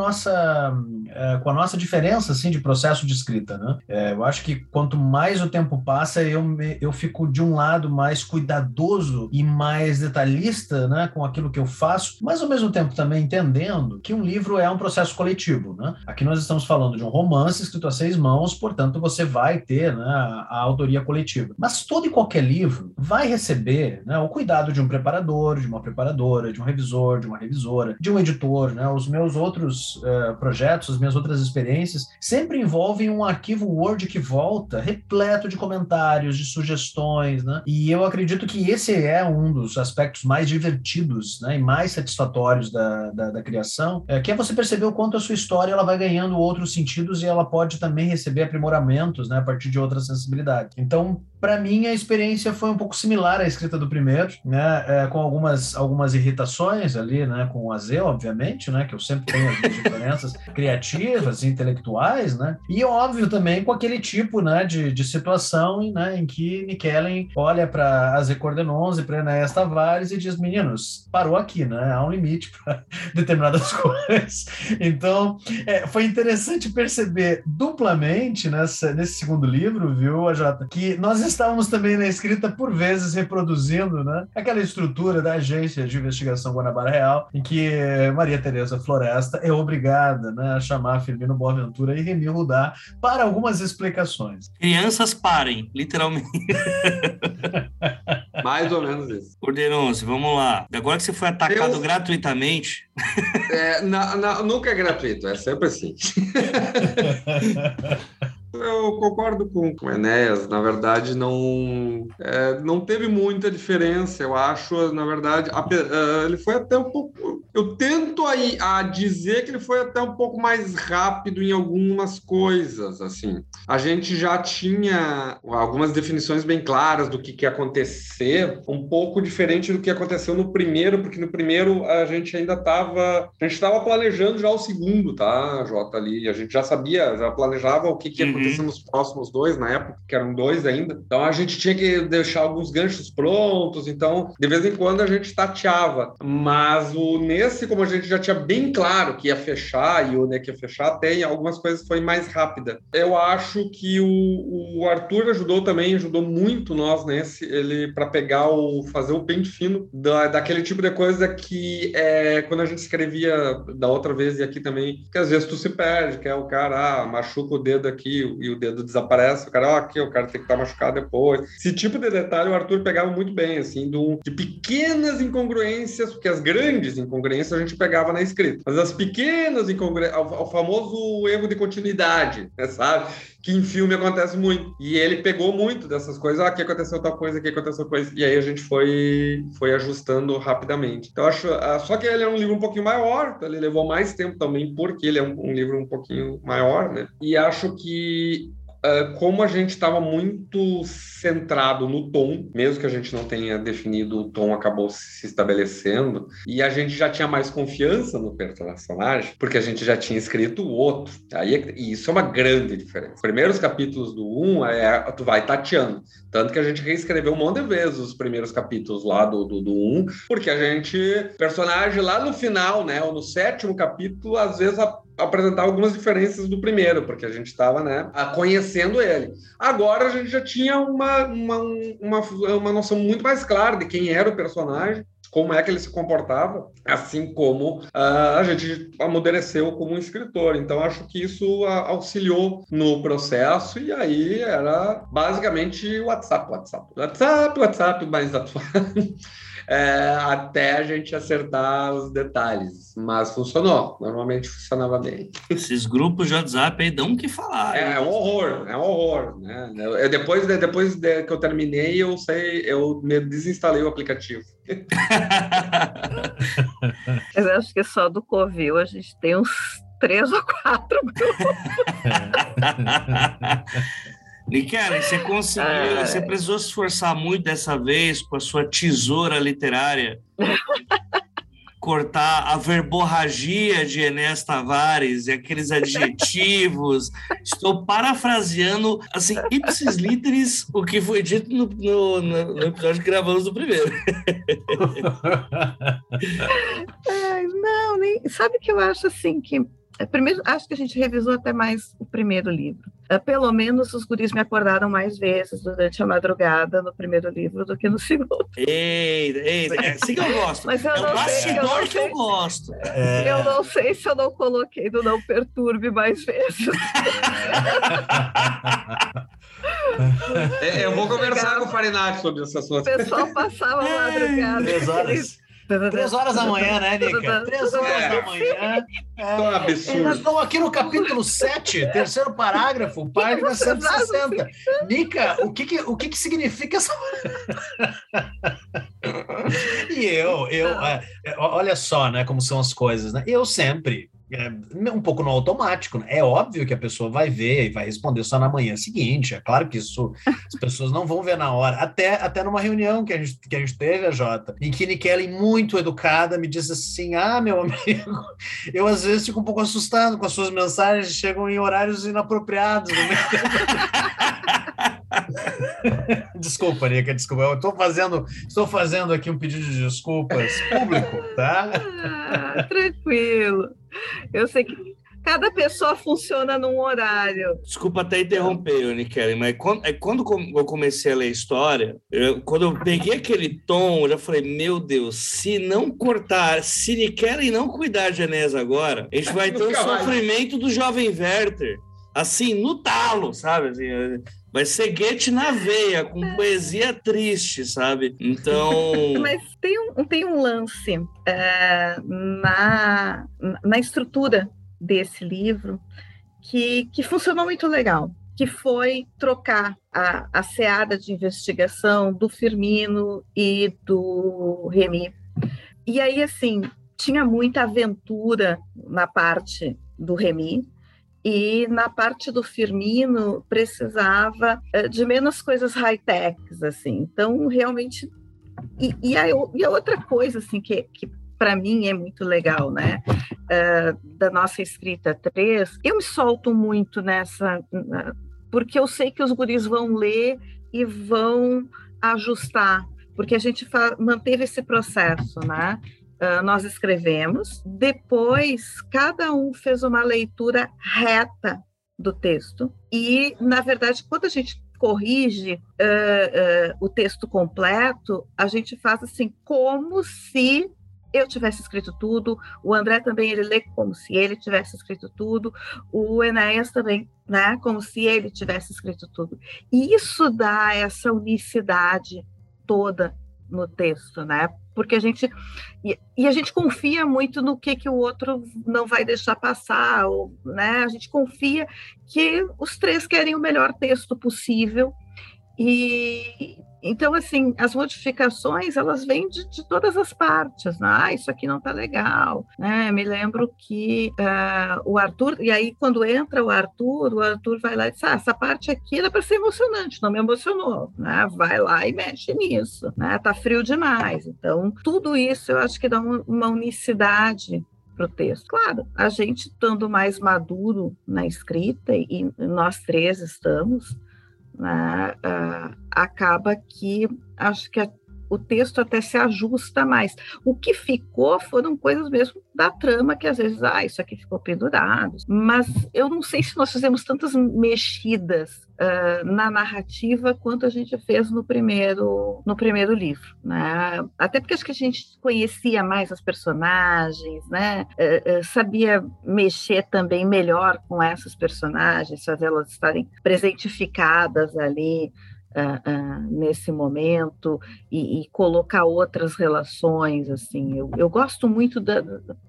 S3: nossa diferença, assim, de processo de escrita, né? Eu acho que quanto mais o tempo passa, eu fico de um lado mais cuidadoso e mais detalhista, né, com aquilo que eu faço, mas ao mesmo tempo também entendendo que um livro é um processo coletivo, né? Aqui nós estamos falando de um romance escrito a 6 mãos, portanto você vai ter, né, a autoria coletiva. Mas todo e qualquer livro vai receber, né, o cuidado de um preparador, de uma preparadora, de um revisor, de uma revisora, de um editor, né? Os meus outros projetos, as minhas outras experiências sempre envolvem um arquivo Word que volta repleto de comentários, de sugestões, né? E eu acredito que esse é um dos aspectos mais divertidos, né, e mais satisfatórios da criação, que é você perceber o quanto a sua história ela vai ganhando outros sentidos e ela pode também receber aprimoramentos, né, a partir de outras sensibilidades. Então, para mim, a experiência foi um pouco similar à escrita do primeiro, né, com algumas irritações ali, né, com o Zé, obviamente, né, que eu sempre tenho as minhas diferenças criativas e intelectuais, né, e óbvio também com aquele tipo, né, de situação, né, em que Nickelin olha para Zé Cordenons e para Enéas Tavares e diz, meninos, parou aqui, né, há um limite para determinadas coisas. Então, foi interessante perceber duplamente nesse segundo livro, viu, AJ, que nós estávamos também na escrita, por vezes, reproduzindo, né, aquela estrutura da Agência de Investigação Guanabara Real, em que Maria Tereza Floresta é obrigada, né, a chamar Firmino Boaventura e Remy Rudá para algumas explicações.
S2: Crianças parem, literalmente.
S4: Mais ou menos isso.
S2: Cordenons, vamos lá. Agora que você foi atacado gratuitamente...
S4: Nunca é gratuito, é sempre assim. Eu concordo com o Enéas, na verdade não teve muita diferença, eu acho, na verdade, ele foi até um pouco, eu tento a dizer que ele foi até um pouco mais rápido em algumas coisas, assim, a gente já tinha algumas definições bem claras do que ia acontecer, um pouco diferente do que aconteceu no primeiro, porque no primeiro a gente ainda estava planejando já o segundo, tá, Jota, ali, a gente já sabia, já planejava o que ia acontecer nos próximos 2, na época, que eram 2 ainda. Então, a gente tinha que deixar alguns ganchos prontos, então, de vez em quando, a gente tateava. Mas nesse, como a gente já tinha bem claro que ia fechar, e o que ia fechar, até em algumas coisas foi mais rápida. Eu acho que o Arthur ajudou muito nós nesse, ele para fazer o pente fino daquele tipo de coisa que quando a gente escrevia da outra vez e aqui também, que às vezes tu se perde, que é o cara, machuca o dedo aqui e o dedo desaparece, o cara, aqui, o cara tem que estar machucado depois. Esse tipo de detalhe o Arthur pegava muito bem, assim, de pequenas incongruências, porque as grandes incongruências a gente pegava na escrita, mas as pequenas incongruências, o famoso erro de continuidade, né, sabe? Que em filme acontece muito. E ele pegou muito dessas coisas, aqui aconteceu tal coisa, aqui aconteceu coisa, e aí a gente foi ajustando rapidamente. Então, eu acho, só que ele é um livro um pouquinho maior, ele levou mais tempo também, porque ele é um livro um pouquinho maior, né? E acho que como a gente estava muito centrado no tom, mesmo que a gente não tenha definido, o tom acabou se estabelecendo, e a gente já tinha mais confiança no personagem, porque a gente já tinha escrito o outro. E isso é uma grande diferença. Os primeiros capítulos do 1, tu vai tateando. Tanto que a gente reescreveu um monte de vezes os primeiros capítulos lá do 1, porque personagem lá no final, né, ou no 7º capítulo, às vezes apresentar algumas diferenças do primeiro, porque a gente estava, né, conhecendo ele. Agora a gente já tinha uma noção muito mais clara de quem era o personagem, como é que ele se comportava, assim como a gente amadureceu como um escritor. Então, acho que isso auxiliou no processo, e aí era basicamente WhatsApp, mais atual. Até a gente acertar os detalhes, mas funcionou, normalmente funcionava bem.
S2: Esses grupos de WhatsApp aí dão o que falar.
S4: É um horror, né? Depois que eu terminei, eu me desinstalei o aplicativo.
S5: Eu acho que só do Covil a gente tem uns 3 ou 4 grupos.
S2: Niquele, você conseguiu, você precisou se esforçar muito dessa vez com a sua tesoura literária, cortar a verborragia de Enéas Tavares e aqueles adjetivos. Estou parafraseando, assim, ipsis literis, o que foi dito no episódio que gravamos do primeiro.
S5: Não, nem... Sabe que eu acho assim que... Primeiro, acho que a gente revisou até mais o primeiro livro. Pelo menos os guris me acordaram mais vezes durante a madrugada no primeiro livro do que no segundo.
S2: Eita, é assim que eu gosto.
S5: Mas
S2: é o bastidor que eu gosto.
S5: Eu não sei se eu não coloquei do Não Perturbe mais vezes.
S4: Eu vou conversar com o Farinati sobre esse assunto.
S5: O pessoal passava a madrugada.
S3: 3 horas da manhã, né, Nica? 3 horas da manhã.
S4: Tão absurdo.
S3: Nós estamos aqui no capítulo 7, terceiro parágrafo, página 160. Nica, o que significa essa... E olha só, né, como são as coisas, né? Eu sempre... um pouco no automático, né? É óbvio que a pessoa vai ver e vai responder só na manhã seguinte, é claro que isso as pessoas não vão ver na hora, até numa reunião que a gente teve, a Jota, em que Niquele, muito educada, me disse assim, meu amigo, eu às vezes fico um pouco assustado com as suas mensagens, chegam em horários inapropriados no meu Desculpa, Nica, desculpa. Eu estou fazendo aqui um pedido de desculpas público, tá?
S5: Tranquilo. Eu sei que cada pessoa funciona num horário.
S2: Desculpa até interromper, Niquele, mas quando eu comecei a ler a história, quando eu peguei aquele tom, eu já falei, meu Deus, se não cortar, se Niquele não cuidar de Enéas agora, a gente vai ter o sofrimento do jovem Werther, assim, no talo, sabe? Assim, vai ser Goethe na veia, com poesia triste, sabe? Então...
S5: Mas tem um lance na estrutura desse livro que funcionou muito legal, que foi trocar a seara de investigação do Firmino e do Remy. E aí, assim, tinha muita aventura na parte do Remy, e na parte do Firmino precisava de menos coisas high-techs, assim. Então, realmente... E a outra coisa, assim, que para mim é muito legal, né? Da nossa escrita 3, eu me solto muito nessa... Porque eu sei que os guris vão ler e vão ajustar, porque a gente manteve esse processo, né? Nós escrevemos, depois cada um fez uma leitura reta do texto e, na verdade, quando a gente corrige o texto completo, a gente faz assim, como se eu tivesse escrito tudo, o André também, ele lê como se ele tivesse escrito tudo, o Enéas também, né, como se ele tivesse escrito tudo. E isso dá essa unicidade toda no texto, né? Porque a gente confia muito no que o outro não vai deixar passar, ou, né? A gente confia que os três querem o melhor texto possível. E então, assim, as modificações, elas vêm de todas as partes, né? Isso aqui não está legal, né? Me lembro que o Arthur, e aí quando entra o Arthur vai lá e diz, essa parte aqui era para ser emocionante, não me emocionou, né? Vai lá e mexe nisso, né? Tá frio demais. Então, tudo isso eu acho que dá uma unicidade para o texto. Claro, a gente estando mais maduro na escrita, e nós três estamos, né, acaba que acho que o texto até se ajusta mais. O que ficou foram coisas mesmo da trama, que às vezes, isso aqui ficou pendurado. Mas eu não sei se nós fizemos tantas mexidas na narrativa quanto a gente fez no primeiro livro, né? Até porque acho que a gente conhecia mais as personagens, né? Sabia mexer também melhor com essas personagens, fazer elas estarem presentificadas ali nesse momento e colocar outras relações, assim. Eu gosto muito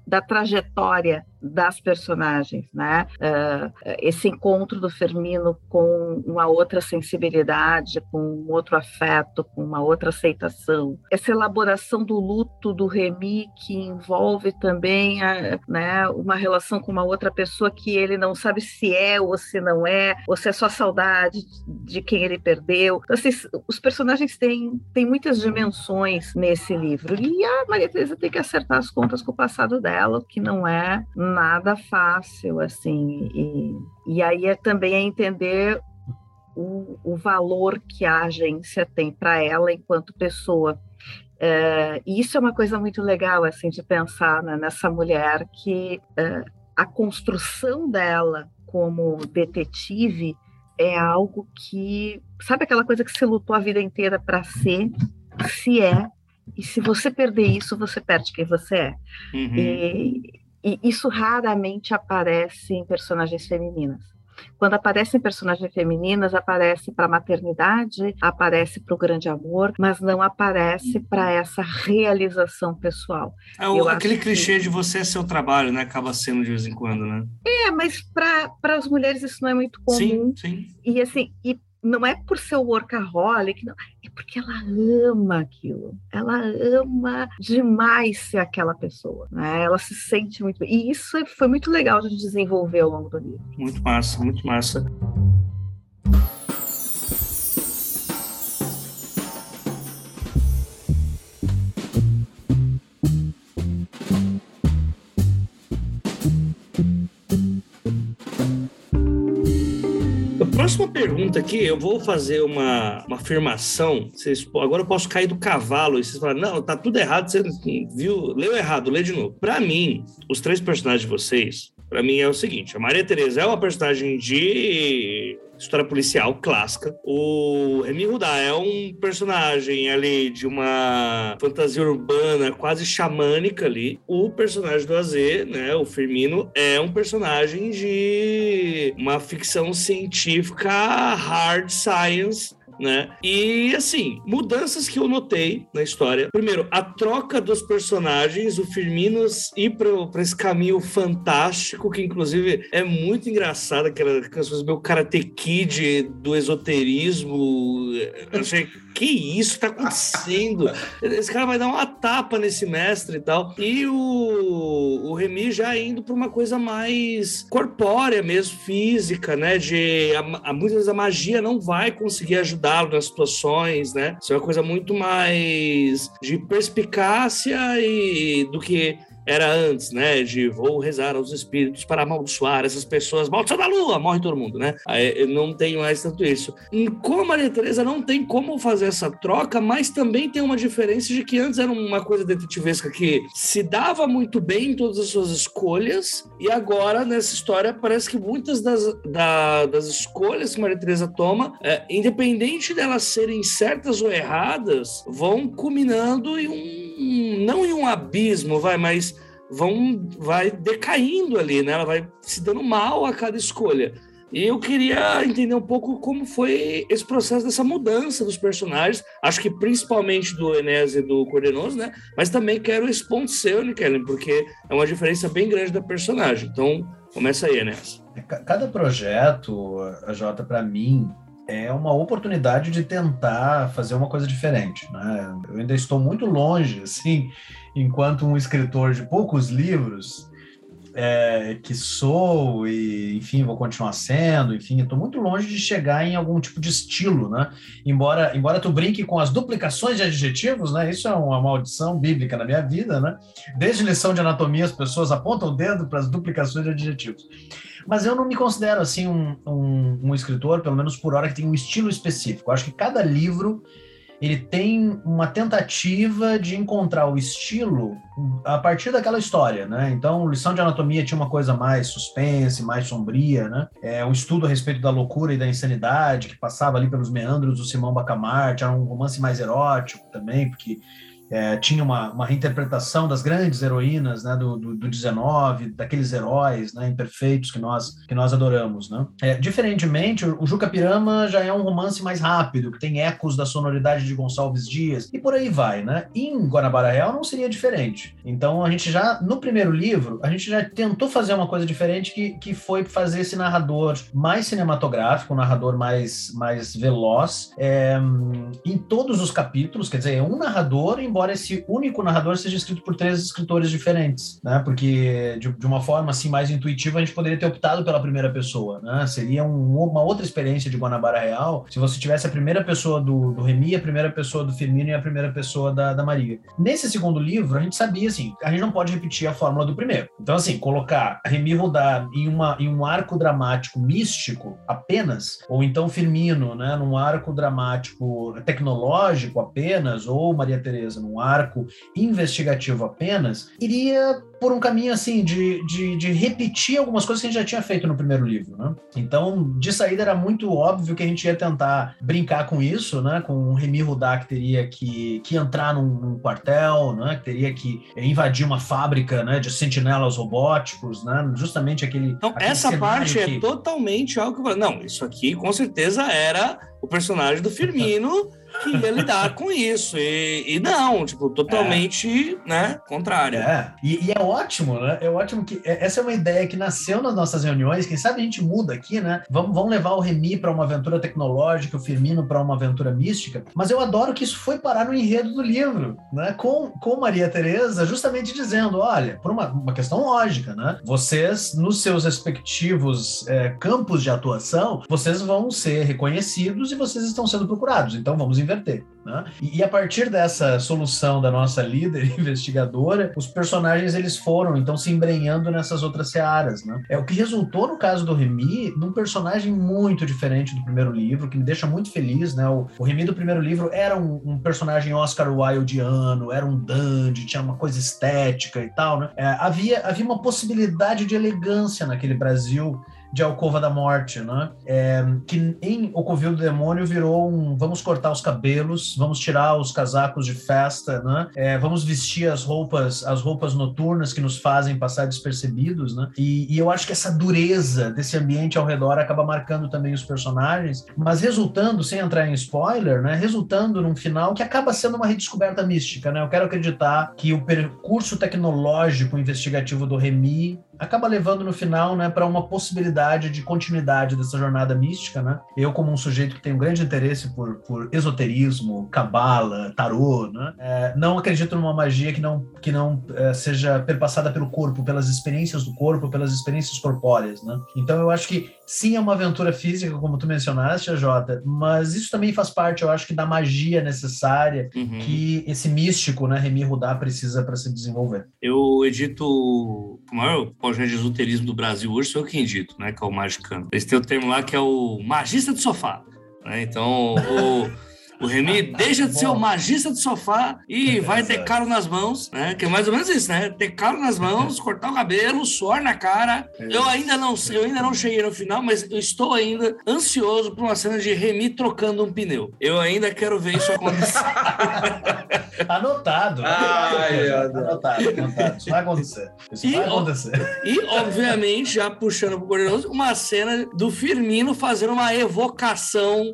S5: da trajetória das personagens, né? Esse encontro do Firmino com uma outra sensibilidade, com um outro afeto, com uma outra aceitação. Essa elaboração do luto do Remy, que envolve também né, uma relação com uma outra pessoa que ele não sabe se é ou se não é, ou se é só saudade de quem ele perdeu. Então, assim, os personagens têm muitas dimensões nesse livro. E a Maria Teresa tem que acertar as contas com o passado dela, que não é nada fácil, assim, e aí também é entender o valor que a agência tem para ela enquanto pessoa. E isso é uma coisa muito legal, assim, de pensar, né, nessa mulher que a construção dela como detetive é algo que, sabe aquela coisa que você lutou a vida inteira para ser, se é, e se você perder isso, você perde quem você é. E isso raramente aparece em personagens femininas. Quando aparecem personagens femininas, aparece para a maternidade, aparece para o grande amor, mas não aparece para essa realização pessoal.
S2: Aquele clichê de você é seu trabalho, né? Acaba sendo de vez em quando, né?
S5: Mas para as mulheres isso não é muito comum.
S2: Sim.
S5: E assim, não é por ser workaholic, não, é porque ela ama aquilo. Ela ama demais ser aquela pessoa, né? Ela se sente muito bem. E isso foi muito legal de desenvolver ao longo do livro.
S2: Muito massa, muito massa. Próxima pergunta aqui, eu vou fazer uma afirmação. Agora eu posso cair do cavalo e vocês falam, não, tá tudo errado, você viu, leu errado, lê de novo. Para mim, os três personagens de vocês, para mim é o seguinte, a Maria Teresa é uma personagem de história policial clássica. O Remy Rudá é um personagem ali de uma fantasia urbana quase xamânica ali. O personagem do AZ, né, o Firmino, é um personagem de uma ficção científica hard science, né? E assim, mudanças que eu notei na história. Primeiro, a troca dos personagens, o Firmino ir para esse caminho fantástico, que inclusive é muito engraçado, aquelas coisas meio Karate Kid do esoterismo. Eu achei, que isso tá acontecendo? Esse cara vai dar uma tapa nesse mestre e tal. E o Remy já indo para uma coisa mais corpórea mesmo, física, né? Muitas vezes a magia não vai conseguir ajudá-lo nas situações, né? Isso é uma coisa muito mais de perspicácia do que era antes, né? De vou rezar aos espíritos para amaldiçoar essas pessoas. Maldição da lua! Morre todo mundo, né? Aí eu não tenho mais tanto isso. Com a Maria Teresa não tem como fazer essa troca, mas também tem uma diferença de que antes era uma coisa detetivesca que se dava muito bem em todas as suas escolhas, e agora, nessa história, parece que muitas das escolhas que a Maria Teresa toma, independente delas serem certas ou erradas, vão culminando não em um abismo, mas vai decaindo ali, né? Ela vai se dando mal a cada escolha. E eu queria entender um pouco como foi esse processo dessa mudança dos personagens, acho que principalmente do Enéas e do Cordenoso, né? Mas também quero esse ponto seu, Nikellen, porque é uma diferença bem grande da personagem. Então, começa aí, Enéas.
S3: Cada projeto, Jota, para mim, é uma oportunidade de tentar fazer uma coisa diferente, né? Eu ainda estou muito longe, assim, enquanto um escritor de poucos livros, que sou e, enfim, vou continuar sendo, enfim, estou muito longe de chegar em algum tipo de estilo, né? Embora tu brinque com as duplicações de adjetivos, né? Isso é uma maldição bíblica na minha vida, né? Desde lição de anatomia, as pessoas apontam o dedo para as duplicações de adjetivos. Mas eu não me considero, assim, um escritor, pelo menos por hora, que tem um estilo específico. Eu acho que cada livro ele tem uma tentativa de encontrar o estilo a partir daquela história, né? Então, Lição de Anatomia tinha uma coisa mais suspense, mais sombria, né? Um estudo a respeito da loucura e da insanidade, que passava ali pelos meandros do Simão Bacamarte, era um romance mais erótico também, porque tinha uma reinterpretação das grandes heroínas, né, do 19, daqueles heróis, né, imperfeitos que nós adoramos, né? Diferentemente, o Juca Pirama já é um romance mais rápido, que tem ecos da sonoridade de Gonçalves Dias, e por aí vai, né? E em Guanabara Real não seria diferente. Então, a gente já, no primeiro livro, a gente já tentou fazer uma coisa diferente, que foi fazer esse narrador mais cinematográfico, um narrador mais veloz, em todos os capítulos, quer dizer, é um narrador, embora esse único narrador seja escrito por 3 escritores diferentes, né? Porque de uma forma assim mais intuitiva a gente poderia ter optado pela primeira pessoa, né? Seria uma outra experiência de Guanabara Real se você tivesse a primeira pessoa do Remy, a primeira pessoa do Firmino e a primeira pessoa da Maria. Nesse segundo livro, a gente sabia assim, a gente não pode repetir a fórmula do primeiro. Então assim, colocar Remy Rodar em um arco dramático místico apenas, ou então Firmino, né, num arco dramático tecnológico apenas, ou Maria Teresa num arco investigativo apenas, iria por um caminho assim de repetir algumas coisas que a gente já tinha feito no primeiro livro, né? Então, de saída era muito óbvio que a gente ia tentar brincar com isso, né? Com o Remy Rodar que teria que entrar num quartel, né? Que teria que invadir uma fábrica, né? De sentinelas robóticos, né? Justamente aquele...
S2: Então, essa parte é totalmente algo que eu falei, não, isso aqui com certeza era o personagem do Firmino que ia lidar com isso, e não, tipo, totalmente, né, contrário.
S3: E é ótimo, né, é ótimo que essa é uma ideia que nasceu nas nossas reuniões, quem sabe a gente muda aqui, né, vamos levar o Remy para uma aventura tecnológica, o Firmino para uma aventura mística, mas eu adoro que isso foi parar no enredo do livro, né, com Maria Teresa justamente dizendo, olha, por uma questão lógica, né, vocês, nos seus respectivos campos de atuação, vocês vão ser reconhecidos e vocês estão sendo procurados, então vamos inverter, né? E a partir dessa solução da nossa líder investigadora, os personagens eles foram então se embrenhando nessas outras searas, né? O que resultou no caso do Remy num personagem muito diferente do primeiro livro, que me deixa muito feliz, né? O Remy do primeiro livro era um personagem Oscar Wildeano, era um dandy, tinha uma coisa estética e tal, né? Havia uma possibilidade de elegância naquele Brasil de Alcova da Morte, né? Que em O Covil do Demônio virou vamos cortar os cabelos, vamos tirar os casacos de festa, né? Vamos vestir as roupas noturnas que nos fazem passar despercebidos, né? E eu acho que essa dureza desse ambiente ao redor acaba marcando também os personagens, mas resultando, sem entrar em spoiler, né? Resultando num final que acaba sendo uma redescoberta mística, né? Eu quero acreditar que o percurso tecnológico investigativo do Remy acaba levando no final, né, para uma possibilidade de continuidade dessa jornada mística, né? Eu, como um sujeito que tem um grande interesse por esoterismo, cabala, tarô, né? Não acredito numa magia que não seja perpassada pelo corpo, pelas experiências do corpo, pelas experiências corpóreas, né? Então eu acho que sim, é uma aventura física, como tu mencionaste, Jota, mas isso também faz parte, eu acho que da magia necessária que esse místico, né, Remy Rodar, precisa para se desenvolver.
S2: Eu edito o maior projeto de esoterismo do Brasil hoje, sou eu quem edito, né, que é o Magicano. Eles têm o termo lá que é o magista de sofá, né? Então o Remy deixa de ser o magista de sofá e vai ter calo nas mãos, né? Que é mais ou menos isso, né? Ter calo nas mãos, cortar o cabelo, suor na cara. Eu ainda não cheguei no final, mas eu estou ainda ansioso por uma cena de Remy trocando um pneu. Eu ainda quero ver isso acontecer.
S3: Anotado. Anotado. Isso vai acontecer.
S2: E, obviamente, já puxando pro Gorderoso, uma cena do Firmino fazendo uma evocação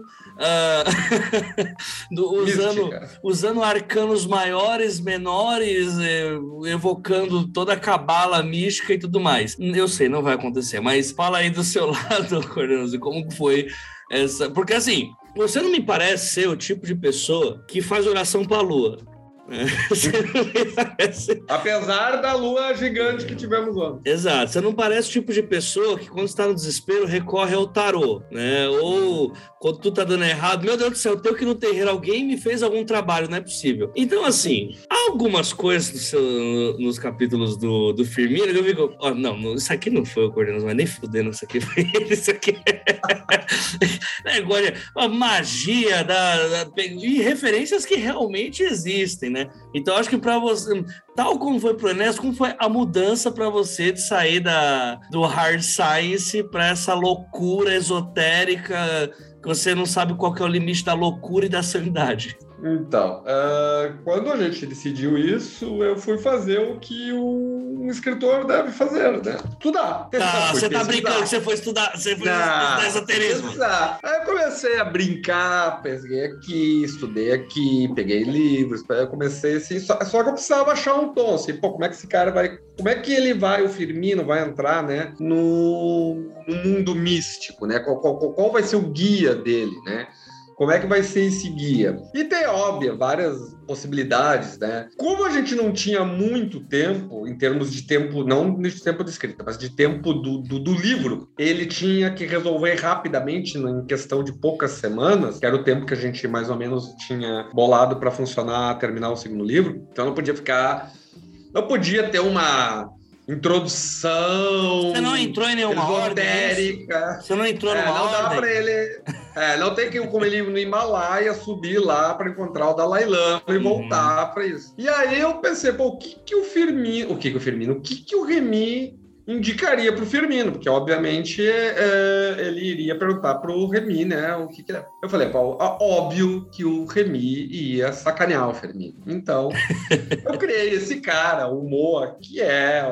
S2: usando arcanos maiores, menores, evocando toda a cabala mística e tudo mais. Eu sei, não vai acontecer, mas fala aí do seu lado, Gorderoso, como foi essa... Porque assim, você não me parece ser o tipo de pessoa que faz oração pra lua. Você não me parece...
S4: Apesar da lua gigante que tivemos ontem.
S2: Exato, você não parece o tipo de pessoa que quando está no desespero recorre ao tarô, né? Ou quando tu tá dando errado, meu Deus do céu, teu que no terreiro alguém me fez algum trabalho, não é possível. Então assim, há algumas coisas nos capítulos do Firmino que eu fico, não, isso aqui não foi o Cordeiro, mas nem fudendo, isso aqui foi ele, isso aqui agora, a magia e referências que realmente existem, né? Então acho que para você, tal como foi pro Ernesto, como foi a mudança para você de sair do hard science para essa loucura esotérica que você não sabe qual que é o limite da loucura e da sanidade?
S4: Então, quando a gente decidiu isso, eu fui fazer o que um escritor deve fazer, né? Estudar.
S2: Você tá brincando que você foi estudar esoterismo.
S4: Aí eu comecei a brincar, peguei aqui, estudei aqui, peguei livros, eu comecei assim, só que eu precisava achar um tom, assim, como é que esse cara vai, como é que o Firmino vai entrar, né, no mundo místico, né? Qual vai ser o guia dele, né? Como é que vai ser esse guia? E tem, óbvio, várias possibilidades, né? Como a gente não tinha muito tempo, em termos de tempo, não de tempo de escrita, mas de tempo do livro, ele tinha que resolver rapidamente, em questão de poucas semanas, que era o tempo que a gente mais ou menos tinha bolado para funcionar, terminar o segundo livro. Então não podia ter uma introdução.
S2: Você não entrou em nenhuma ordem. Você não entrou numa
S4: não
S2: ordem.
S4: Dá para ele. Não tem que, como ele ir no Himalaia, subir lá para encontrar o Dalai Lama e voltar para isso. E aí eu pensei, o que o Remy indicaria para o Firmino, porque obviamente ele iria perguntar para o Remy, né, o que é. Eu falei, óbvio que o Remy ia sacanear o Firmino. Então, eu criei esse cara, o Moa, que é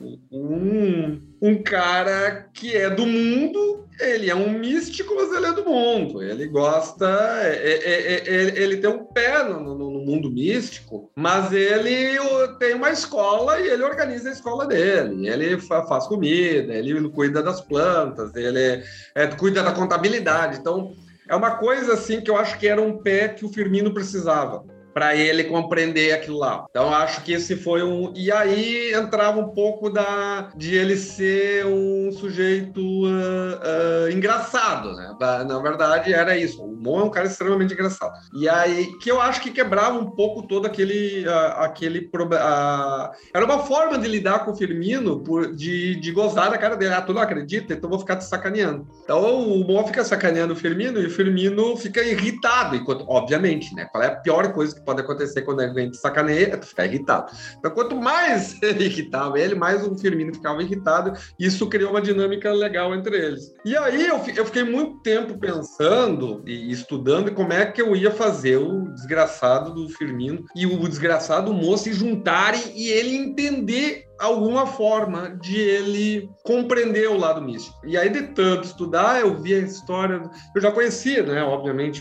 S4: um cara que é do mundo, ele é um místico, mas ele é do mundo. Ele gosta, ele tem um pé no mundo místico, mas ele tem uma escola e ele organiza a escola dele. Ele faz comida, ele cuida das plantas, ele cuida da contabilidade. Então, é uma coisa assim que eu acho que era um pé que o Firmino precisava para ele compreender aquilo lá. Então, acho que esse foi E aí entrava um pouco de ele ser um sujeito engraçado, né? Na verdade, era isso. O Mo é um cara extremamente engraçado. E aí, que eu acho que quebrava um pouco todo aquele problema. Era uma forma de lidar com o Firmino, de gozar da cara dele. Tu não acredita? Então, vou ficar te sacaneando. Então, o Mo fica sacaneando o Firmino e o Firmino fica irritado. Obviamente, né? Qual é a pior coisa que pode acontecer quando alguém te sacaneia? É tu ficar irritado. Então, quanto mais ele irritava ele, mais o Firmino ficava irritado. E isso criou uma dinâmica legal entre eles. E aí, eu fiquei muito tempo pensando e estudando como é que eu ia fazer o desgraçado do Firmino e o desgraçado do Mo se juntarem e ele entender alguma forma de ele compreender o lado místico. E aí, de tanto estudar, eu vi a história... Eu já conhecia, né, obviamente,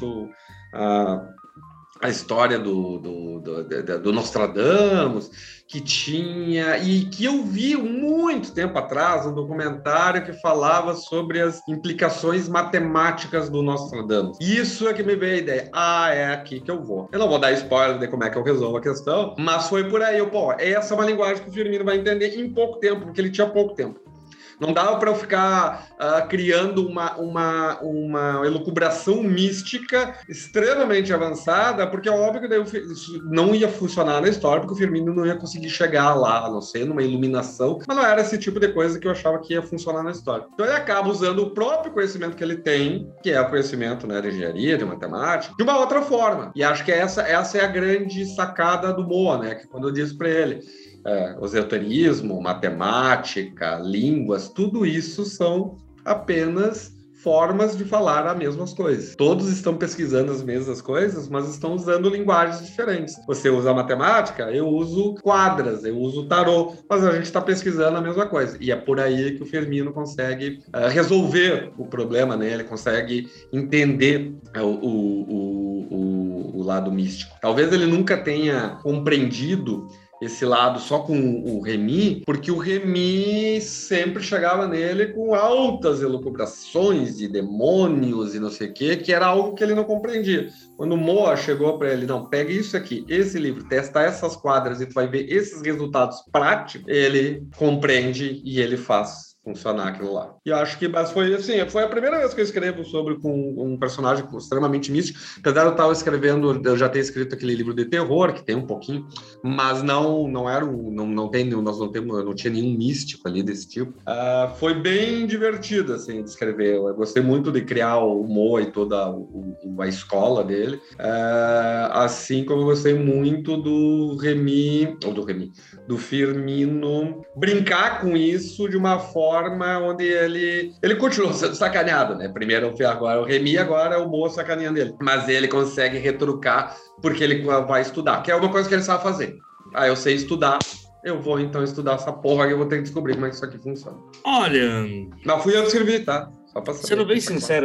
S4: a história do Nostradamus, que tinha... E que eu vi muito tempo atrás um documentário que falava sobre as implicações matemáticas do Nostradamus. Isso é que me veio a ideia. É aqui que eu vou. Eu não vou dar spoiler de como é que eu resolvo a questão, mas foi por aí. Essa é uma linguagem que o Firmino vai entender em pouco tempo, porque ele tinha pouco tempo. Não dava para eu ficar criando uma elucubração mística extremamente avançada, porque é óbvio que daí não ia funcionar na história, porque o Firmino não ia conseguir chegar lá, a não ser numa iluminação, mas não era esse tipo de coisa que eu achava que ia funcionar na história. Então ele acaba usando o próprio conhecimento que ele tem, que é o conhecimento, né, de engenharia, de matemática, de uma outra forma. E acho que essa é a grande sacada do Moa, né, que quando eu disse para ele... o esoterismo, matemática, línguas, tudo isso são apenas formas de falar as mesmas coisas. Todos estão pesquisando as mesmas coisas, mas estão usando linguagens diferentes. Você usa matemática, eu uso quadras, eu uso tarô, mas a gente está pesquisando a mesma coisa. E é por aí que o Firmino consegue resolver o problema, né? Ele consegue entender o lado místico. Talvez ele nunca tenha compreendido esse lado só com o Remy, porque o Remy sempre chegava nele com altas elucubrações de demônios e não sei o quê, que era algo que ele não compreendia. Quando o Moa chegou para ele, não, pega isso aqui, esse livro, testa essas quadras e tu vai ver esses resultados práticos, ele compreende e ele faz funcionar aquilo lá. E acho que foi assim, foi a primeira vez que eu escrevo sobre um personagem extremamente místico. Apesar de eu estar escrevendo, eu já ter escrito aquele livro de terror, que tem um pouquinho, mas não era não tinha nenhum místico ali desse tipo. Foi bem divertido, assim, de escrever. Eu gostei muito de criar o Moa e toda a escola dele, assim como eu gostei muito do Firmino brincar com isso de uma forma forma onde ele continua sendo sacaneado, né? Primeiro agora o Remy, agora o moço sacaneando ele. Mas ele consegue retrucar porque ele vai estudar, que é uma coisa que ele sabe fazer. Eu sei estudar, eu vou então estudar essa porra e eu vou ter que descobrir como é que isso aqui funciona.
S2: Olha...
S4: Não fui eu que escrevi, tá? Só pra saber.
S2: Sendo bem sincero,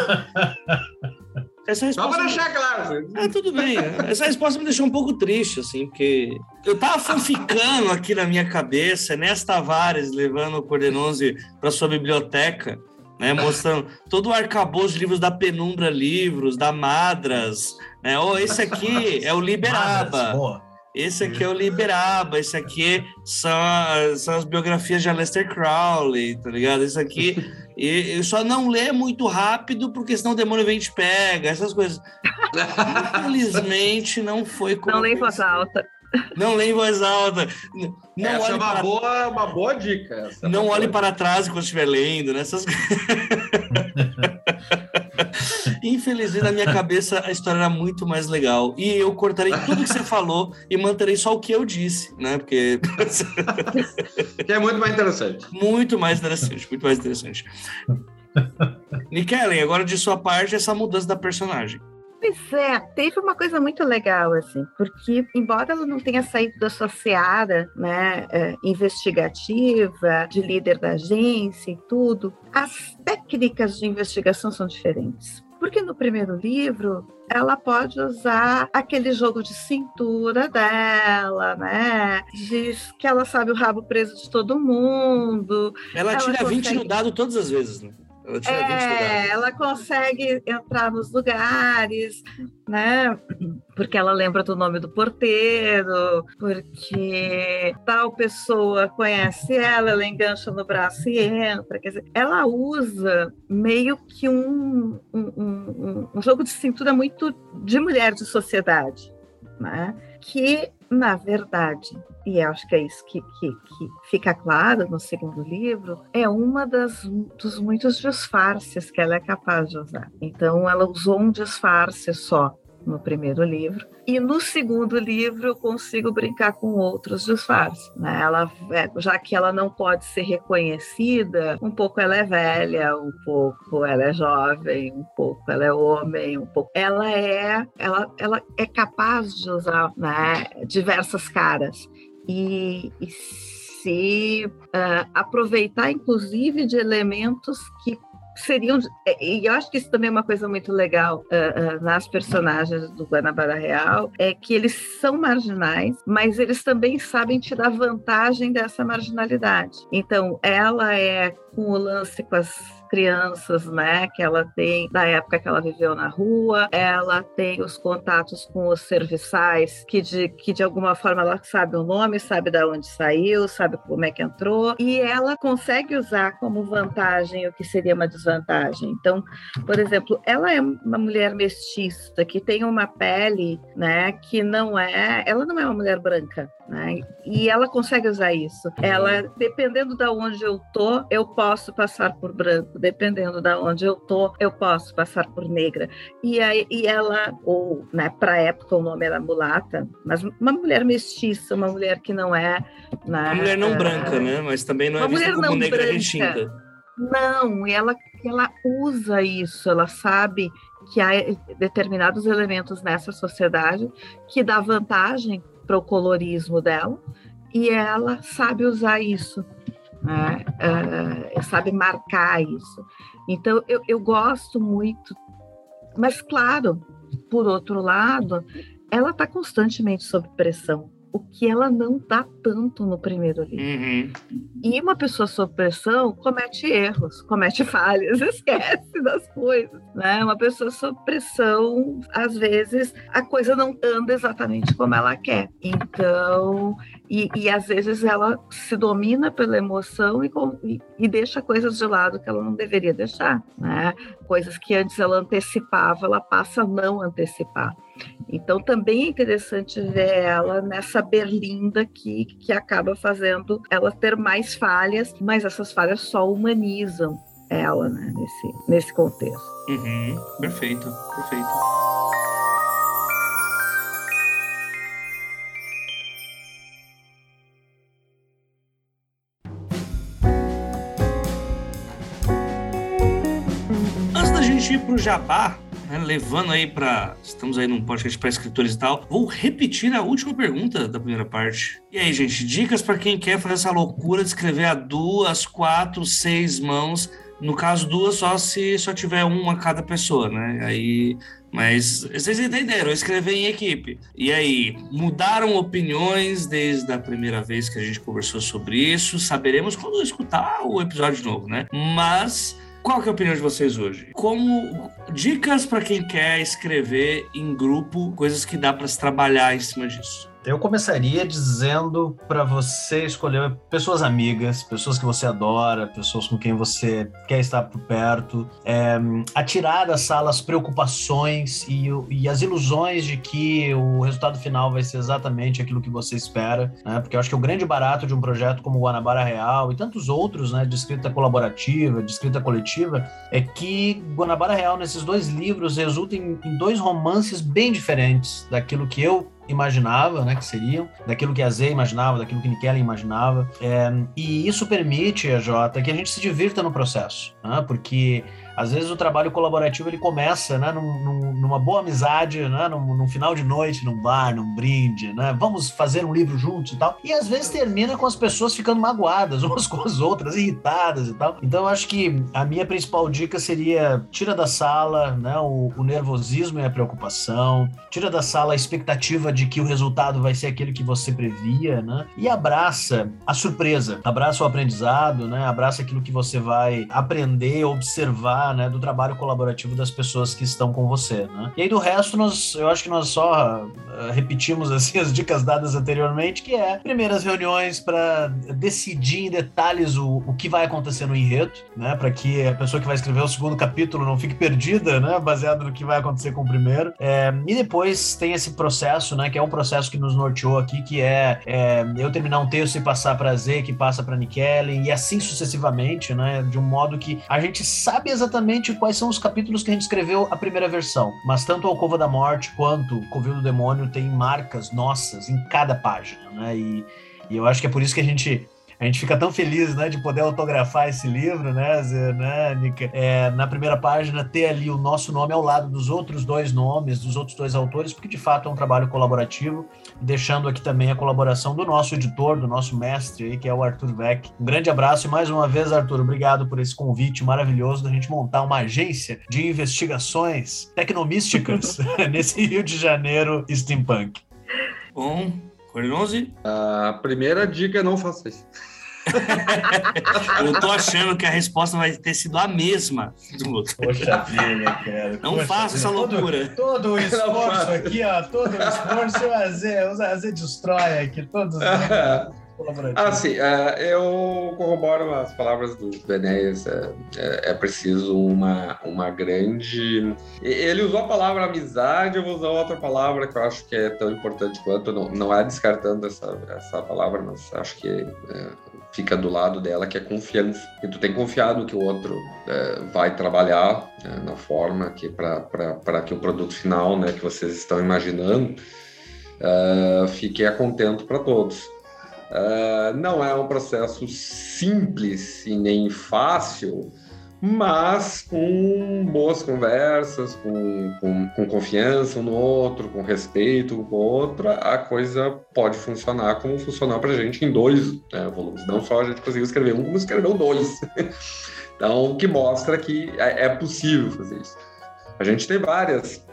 S2: essa resposta...
S4: Só pra deixar claro.
S2: Tudo bem. Essa resposta me deixou um pouco triste, assim, porque eu tava fanficando aqui na minha cabeça, Enéas Tavares levando o Cordenonze para sua biblioteca, né, mostrando todo o arcabouço de livros da Penumbra Livros, da Madras, né? Esse aqui é o Liberaba. Esse aqui é o Liberaba, esse aqui são as biografias de Aleister Crowley, tá ligado? Esse aqui, e só não lê muito rápido, porque senão o demônio vem e te pega, essas coisas. Infelizmente, não foi como...
S5: Não lê em voz alta.
S2: Não lê em voz alta. Não
S4: essa é uma boa dica.
S2: Não olhe para trás enquanto estiver lendo, né? Essas... Infelizmente, na minha cabeça, a história era muito mais legal. E eu cortarei tudo que você falou e manterei só o que eu disse, né? Porque...
S4: que é muito mais interessante.
S2: Muito mais interessante. Nikellen, agora de sua parte, essa mudança da personagem.
S5: Pois é, teve uma coisa muito legal, assim, porque embora ela não tenha saído da sua seara, né, investigativa, de líder da agência e tudo, as técnicas de investigação são diferentes. Porque no primeiro livro, ela pode usar aquele jogo de cintura dela, né? Diz que ela sabe o rabo preso de todo mundo.
S2: Ela tira 20 no dado todas as vezes, né?
S5: Ela consegue entrar nos lugares, né? Porque ela lembra do nome do porteiro, porque tal pessoa conhece ela engancha no braço e entra. Quer dizer, ela usa meio que um jogo de cintura muito de mulher de sociedade, né? Que, na verdade, e acho que é isso que fica claro no segundo livro, é uma dos muitos disfarces que ela é capaz de usar. Então, ela usou um disfarce só no primeiro livro, e no segundo livro eu consigo brincar com outros disfarces, né? Já que ela não pode ser reconhecida, um pouco ela é velha, um pouco ela é jovem, um pouco ela é homem, um pouco ela é capaz de usar, né, diversas caras e se aproveitar inclusive de elementos que seriam, e eu acho que isso também é uma coisa muito legal nas personagens do Guanabara Real, é que eles são marginais, mas eles também sabem tirar vantagem dessa marginalidade. Então, ela é com o lance com as crianças, né, que ela tem da época que ela viveu na rua, ela tem os contatos com os serviçais, que de alguma forma ela sabe o nome, sabe de onde saiu, sabe como é que entrou, e ela consegue usar como vantagem o que seria uma desvantagem. Então, por exemplo, ela é uma mulher mestiça, que tem uma pele, né, que ela não é uma mulher branca, né, e ela consegue usar isso. Ela, dependendo de onde eu tô, eu posso passar por branco, dependendo de onde eu tô, eu posso passar por negra. E ela, ou, né, para a época o nome era mulata, mas uma mulher mestiça, uma mulher que não é... Né,
S2: uma mulher não branca, né? Mas também não é vista como negra retinta.
S5: Não, e ela usa isso, ela sabe que há determinados elementos nessa sociedade que dá vantagem para o colorismo dela, e ela sabe usar isso, né? Sabe marcar isso. Então, eu gosto muito, mas, claro, por outro lado, ela está constantemente sob pressão, o que ela não dá tanto no primeiro livro.
S2: Uhum.
S5: E uma pessoa sob pressão comete erros, comete falhas, esquece das coisas, né? Uma pessoa sob pressão, às vezes, a coisa não anda exatamente como ela quer. Então, e às vezes ela se domina pela emoção e deixa coisas de lado que ela não deveria deixar, né? Coisas que antes ela antecipava, ela passa a não antecipar. Então, também é interessante ver ela nessa berlinda que acaba fazendo ela ter mais falhas, mas essas falhas só humanizam ela, né, nesse contexto.
S2: Uhum. Perfeito. partir para o jabá, né, levando aí para... Estamos aí num podcast para escritores e tal. Vou repetir a última pergunta da primeira parte. E aí, gente, dicas para quem quer fazer essa loucura de escrever a 2, 4, 6 mãos. No caso, 2 só se só tiver uma cada pessoa, né? Aí... Mas vocês entenderam, eu escrevi em equipe. E aí, mudaram opiniões desde a primeira vez que a gente conversou sobre isso. Saberemos quando eu escutar o episódio de novo, né? Mas qual que é a opinião de vocês hoje? Como dicas para quem quer escrever em grupo, coisas que dá para se trabalhar em cima disso.
S3: Eu começaria dizendo para você escolher pessoas amigas, pessoas que você adora, pessoas com quem você quer estar por perto, atirar da sala as preocupações e as ilusões de que o resultado final vai ser exatamente aquilo que você espera, né? Porque eu acho que o grande barato de um projeto como o Guanabara Real e tantos outros, né, de escrita colaborativa, de escrita coletiva, é que Guanabara Real, nesses 2 livros, resulta em 2 romances bem diferentes daquilo que eu imaginava, né, que seriam, daquilo que a Zé imaginava, daquilo que Nikellen imaginava, e isso permite, Jota, que a gente se divirta no processo, né, porque às vezes o trabalho colaborativo ele começa, né, numa boa amizade, né, num final de noite, num bar, num brinde, né, vamos fazer um livro juntos e tal, e às vezes termina com as pessoas ficando magoadas umas com as outras, irritadas e tal. Então eu acho que a minha principal dica seria tira da sala, né, o nervosismo e a preocupação, tira da sala a expectativa de que o resultado vai ser aquele que você previa, né, e abraça a surpresa, abraça o aprendizado, né, abraça aquilo que você vai aprender, observar, né, do trabalho colaborativo das pessoas que estão com você, né? E aí do resto, eu acho que nós só repetimos assim, as dicas dadas anteriormente, que é primeiras reuniões para decidir em detalhes o que vai acontecer no enredo, né, para que a pessoa que vai escrever o 2º capítulo não fique perdida, né, baseado no que vai acontecer com o primeiro. E depois tem esse processo, né, que é um processo que nos norteou aqui, que é eu terminar um texto e passar para Zé, que passa para Nikellen, e assim sucessivamente, né, de um modo que a gente sabe exatamente quais são os capítulos que a gente escreveu a primeira versão, mas tanto a Alcova da Morte quanto o Covil do Demônio tem marcas nossas em cada página, né, e eu acho que é por isso que a gente fica tão feliz, né, de poder autografar esse livro, né, Zé, né, Nica? Na primeira página ter ali o nosso nome ao lado dos outros 2 nomes, dos outros 2 autores, porque de fato é um trabalho colaborativo, deixando aqui também a colaboração do nosso editor, do nosso mestre aí, que é o Arthur Weck. Um grande abraço e mais uma vez, Arthur, obrigado por esse convite maravilhoso da gente montar uma agência de investigações tecnomísticas nesse Rio de Janeiro steampunk.
S2: Bom, Cornose?
S4: A primeira dica é não faça isso.
S2: Eu tô achando que a resposta vai ter sido a mesma do outro.
S3: Poxa vida, cara.
S2: Não faça essa loucura.
S3: Todo o esforço aqui, ó. Todo o esforço, o AZ destrói aqui todos os colaborativos.
S4: Sim, eu corroboro as palavras do Enéas. É preciso uma grande... Ele usou a palavra amizade, eu vou usar outra palavra que eu acho que é tão importante quanto, não é descartando essa palavra, mas acho que fica do lado dela, que é confiança. E tu tem confiado que o outro vai trabalhar na forma que para que o produto final, né, que vocês estão imaginando fique contento para todos. Não é um processo simples e nem fácil, mas com boas conversas, com confiança um no outro, com respeito um com o outro, a coisa pode funcionar como funcionou para a gente em 2 volumes. Não só a gente conseguiu escrever um, como escreveu 2. Então, o que mostra que é possível fazer isso. A gente tem várias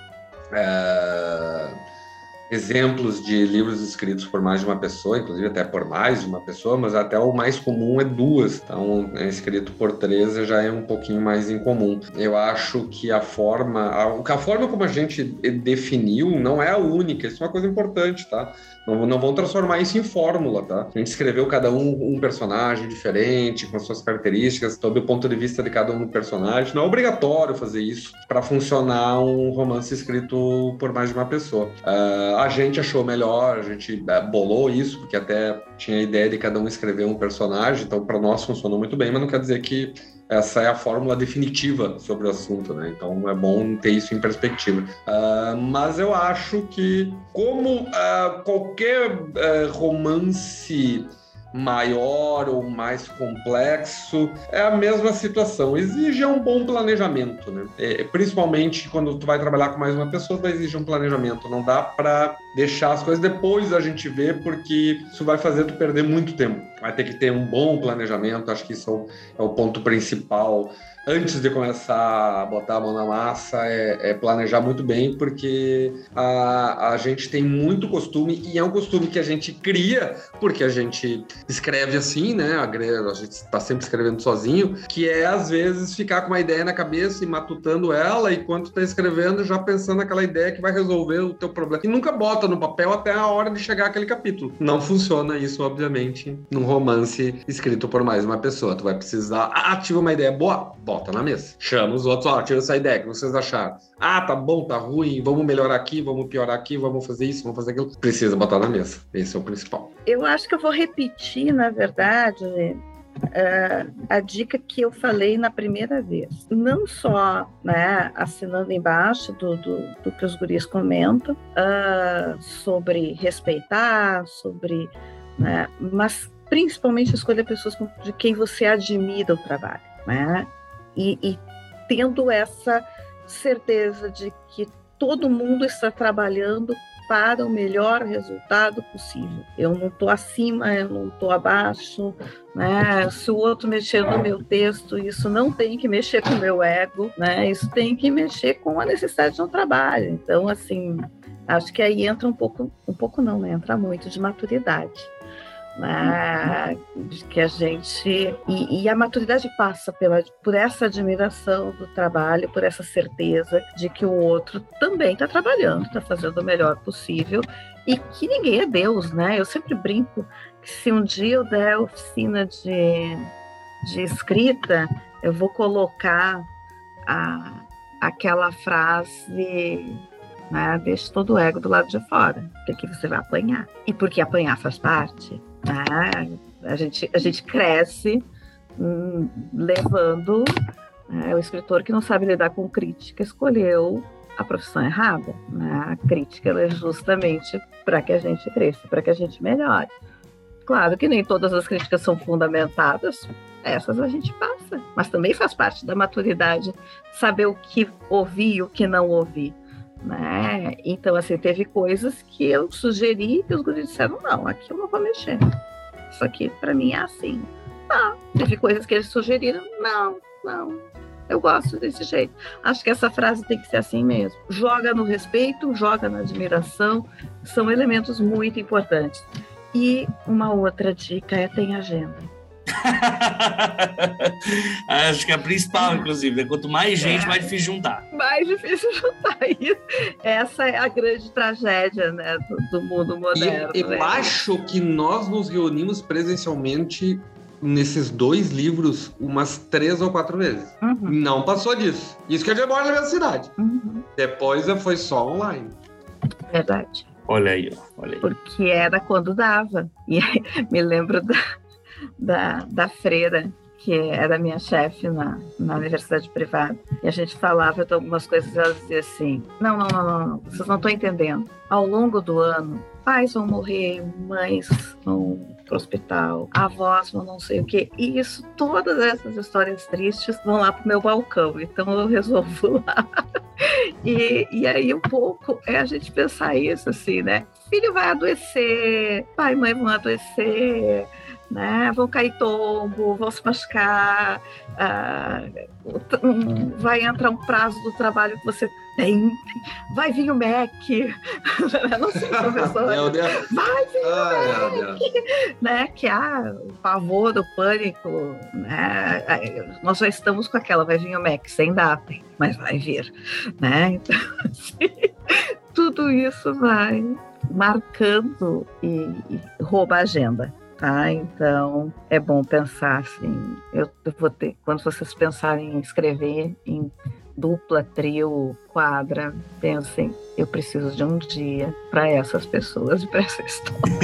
S4: exemplos de livros escritos por mais de uma pessoa, inclusive até por mais de uma pessoa, mas até o mais comum é 2. Então, escrito por 3 já é um pouquinho mais incomum. Eu acho que a forma como a gente definiu não é a única, isso é uma coisa importante, tá? Não vão transformar isso em fórmula, tá? A gente escreveu cada um personagem diferente, com as suas características, sob o ponto de vista de cada um do personagem. Não é obrigatório fazer isso para funcionar um romance escrito por mais de uma pessoa. A gente achou melhor, a gente bolou isso, porque até tinha a ideia de cada um escrever um personagem, então para nós funcionou muito bem, mas não quer dizer que essa é a fórmula definitiva sobre o assunto, né? Então é bom ter isso em perspectiva. Mas eu acho que, como qualquer romance maior ou mais complexo, é a mesma situação. Exige um bom planejamento, né? Principalmente quando tu vai trabalhar com mais uma pessoa, vai exigir um planejamento. Não dá para deixar as coisas depois a gente ver, porque isso vai fazer tu perder muito tempo. Vai ter que ter um bom planejamento, acho que isso é o ponto principal. Antes de começar a botar a mão na massa, é planejar muito bem, porque a gente tem muito costume, e é um costume que a gente cria, porque a gente escreve assim, né? A gente está sempre escrevendo sozinho, que é, às vezes, ficar com uma ideia na cabeça e matutando ela, enquanto está escrevendo, já pensando naquela ideia que vai resolver o teu problema. E nunca bota no papel até a hora de chegar àquele capítulo. Não funciona isso, obviamente, num romance escrito por mais uma pessoa. Tu vai precisar... tive uma ideia boa? Bota na mesa. Chama os outros, tira essa ideia, o que vocês acharam? Tá bom, tá ruim, vamos melhorar aqui, vamos piorar aqui, vamos fazer isso, vamos fazer aquilo. Precisa botar na mesa. Esse é o principal.
S5: Eu acho que eu vou repetir, na verdade, a dica que eu falei na primeira vez. Não só, né, assinando embaixo do que os guris comentam, sobre respeitar, sobre... né, mas principalmente escolher pessoas de quem você admira o trabalho, né? E tendo essa certeza de que todo mundo está trabalhando para o melhor resultado possível. Eu não estou acima, eu não estou abaixo, né? Se o outro mexer no meu texto, isso não tem que mexer com o meu ego, né? Isso tem que mexer com a necessidade de um trabalho. Então, assim, acho que aí entra um pouco não, né? Entra muito de maturidade. Que a gente e a maturidade passa por essa admiração do trabalho, por essa certeza de que o outro também está trabalhando, está fazendo o melhor possível e que ninguém é Deus, né? Eu sempre brinco que se um dia eu der oficina de escrita, eu vou colocar aquela frase, né? Deixe todo o ego do lado de fora, porque aqui você vai apanhar. E porque apanhar faz parte. A gente cresce levando o escritor que não sabe lidar com crítica escolheu a profissão errada, né? A crítica ela é justamente para que a gente cresça, para que a gente melhore. Claro que nem todas as críticas são fundamentadas, essas a gente passa, mas também faz parte da maturidade saber o que ouvir e o que não ouvir, né? Então, assim, teve coisas que eu sugeri que os guris disseram, não, aqui eu não vou mexer. Isso aqui, para mim, é assim. Teve coisas que eles sugeriram, não, eu gosto desse jeito. Acho que essa frase tem que ser assim mesmo. Joga no respeito, joga na admiração, são elementos muito importantes. E uma outra dica é tem agenda.
S2: Acho que é a principal, inclusive, né? Quanto mais gente, mais difícil juntar.
S5: Mais difícil juntar isso. Essa é a grande tragédia, né, do mundo moderno.
S4: Eu acho que nós nos reunimos presencialmente nesses 2 livros umas 3 ou 4 vezes.
S5: Uhum.
S4: Não passou disso. Isso que é de boa na minha cidade.
S5: Uhum.
S4: Depois foi só online.
S5: Verdade.
S2: Olha aí.
S5: Porque era quando dava. E aí, me lembro da freira, que era minha chefe na universidade privada. E a gente falava de algumas coisas e ela dizia assim, não, vocês não estão entendendo. Ao longo do ano, pais vão morrer, mães vão para o hospital, avós vão não sei o quê. E isso, todas essas histórias tristes vão lá para o meu balcão. Então eu resolvo lá. E aí um pouco é a gente pensar isso assim, né? Filho vai adoecer, pai e mãe vão adoecer, né? Vão cair tombo, vão se machucar, vai entrar um prazo do trabalho que você tem, vai vir o MEC, não sei, professor, vai vir o MEC, né? Que o pavor, o pânico, né? Nós já estamos com aquela, vai vir o MEC, sem data, mas vai vir, né? Então, assim, tudo isso vai marcando e rouba a agenda. Então, é bom pensar assim, eu vou ter, quando vocês pensarem em escrever em dupla, trio, quadra, pensem, eu preciso de um dia para essas pessoas e para essa história.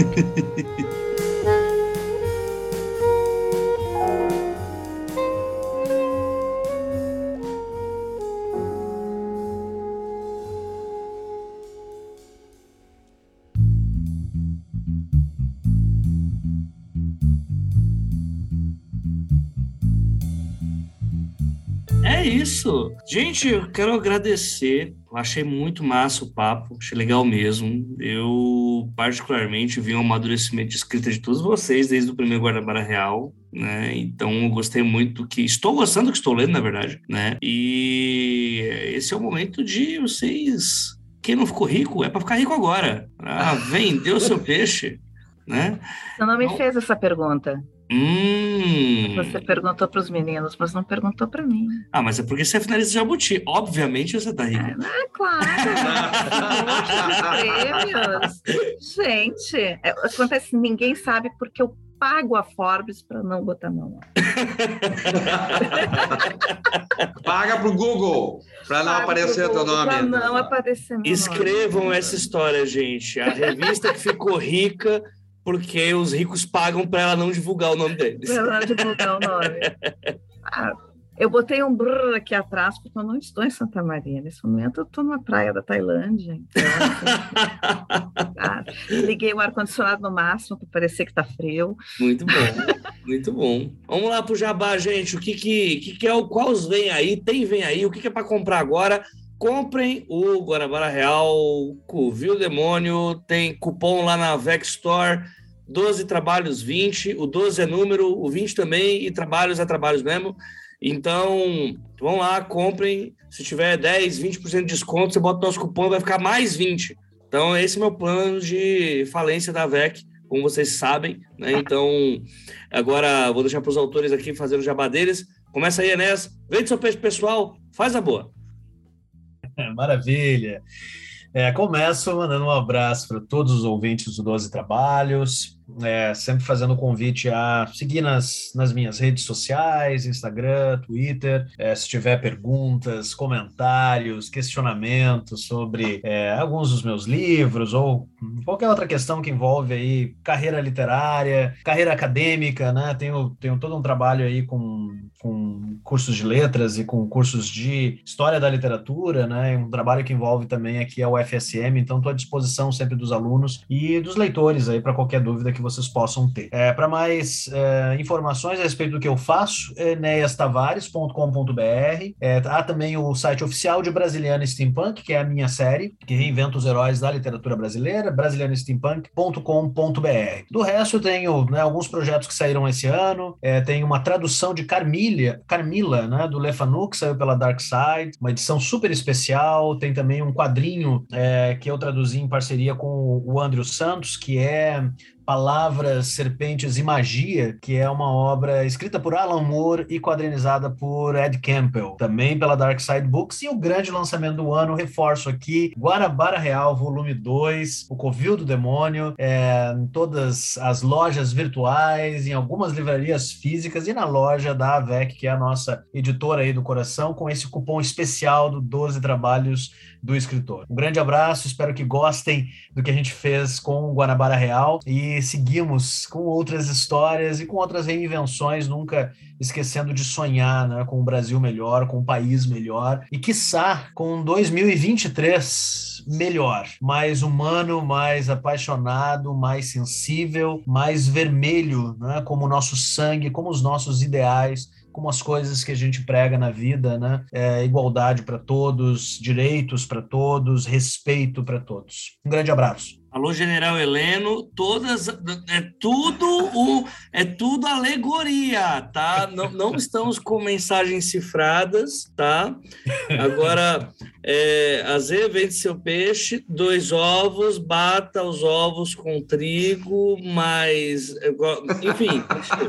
S2: É isso. Gente, eu quero agradecer. Eu achei muito massa o papo, achei legal mesmo. Eu, particularmente, vi um amadurecimento de escrita de todos vocês desde o primeiro Guanabara Real, né? Então, eu gostei muito estou gostando do que estou lendo, na verdade, né? E esse é o momento de vocês... Quem não ficou rico é para ficar rico agora. Vendeu o seu peixe, né?
S5: Você não me fez essa pergunta. Você perguntou para os meninos, mas não perguntou para mim.
S2: Mas é porque você é finalista de Jabuti. Obviamente você tá rico.
S5: Claro. Prêmios. Gente, acontece, ninguém sabe porque eu pago a Forbes para não botar a mão.
S4: Paga pro Google para não aparecer teu nome.
S5: Para não aparecer meu nome.
S2: Escrevam essa história, gente. A revista que ficou rica porque os ricos pagam para ela não divulgar o nome deles.
S5: Para ela não divulgar o nome. Eu botei um brrr aqui atrás porque eu não estou em Santa Maria. Nesse momento eu estou numa praia da Tailândia. Então, liguei o ar-condicionado no máximo para parecer que está frio.
S2: Muito bom, muito bom. Vamos lá para o Jabá, gente. O que é quais vem aí? Vem aí. O que é para comprar agora? Comprem o Guanabara Real, Covil Demônio, tem cupom lá na Vex Store, 12 trabalhos 20, o 12 é número, o 20 também, e trabalhos é trabalhos mesmo. Então, vão lá, comprem, se tiver 10, 20% de desconto, você bota o nosso cupom e vai ficar mais 20. Então, esse é o meu plano de falência da VEC, como vocês sabem, né? Então, agora vou deixar para os autores aqui fazendo o jabá deles. Começa aí, Enéas, vende seu peixe pessoal, faz a boa.
S3: Maravilha. Começo mandando um abraço para todos os ouvintes do 12 Trabalhos, sempre fazendo o convite a seguir nas minhas redes sociais, Instagram, Twitter, se tiver perguntas, comentários, questionamentos sobre alguns dos meus livros ou qualquer outra questão que envolve aí carreira literária, carreira acadêmica, né? Tenho todo um trabalho aí com cursos de letras e com cursos de história da literatura, né? Um trabalho que envolve também aqui a UFSM, então estou à disposição sempre dos alunos e dos leitores aí para qualquer dúvida que vocês possam ter. Para mais informações a respeito do que eu faço, eneiastavares.com.br. Há também o site oficial de Brasiliana Steampunk, que é a minha série, que reinventa os heróis da literatura brasileira, brasilianasteampunk.com.br. Do resto, eu tenho alguns projetos que saíram esse ano, tem uma tradução de Carmila, né, do Le Fanu, que saiu pela Dark Side, uma edição super especial. Tem também um quadrinho que eu traduzi em parceria com o Andrew Santos, que é Palavras, Serpentes e Magia, que é uma obra escrita por Alan Moore e quadrinizada por Ed Campbell, também pela Dark Side Books. E o grande lançamento do ano, reforço aqui, Guanabara Real, volume 2, o Covil do Demônio, em todas as lojas virtuais, em algumas livrarias físicas e na loja da AVEC, que é a nossa editora aí do coração, com esse cupom especial do 12 Trabalhos do Escritor. Um grande abraço, espero que gostem do que a gente fez com o Guanabara Real e seguimos com outras histórias e com outras reinvenções, nunca esquecendo de sonhar, né, com um Brasil melhor, com um país melhor e, quiçá, com 2023 melhor, mais humano, mais apaixonado, mais sensível, mais vermelho, né, como o nosso sangue, como os nossos ideais, como as coisas que a gente prega na vida, né? Igualdade para todos, direitos para todos, respeito para todos. Um grande abraço.
S2: Alô, General Heleno, é tudo alegoria, tá? Não estamos com mensagens cifradas, tá? Agora, Azê, vende seu peixe, 2 ovos, bata os ovos com trigo, mas... Enfim...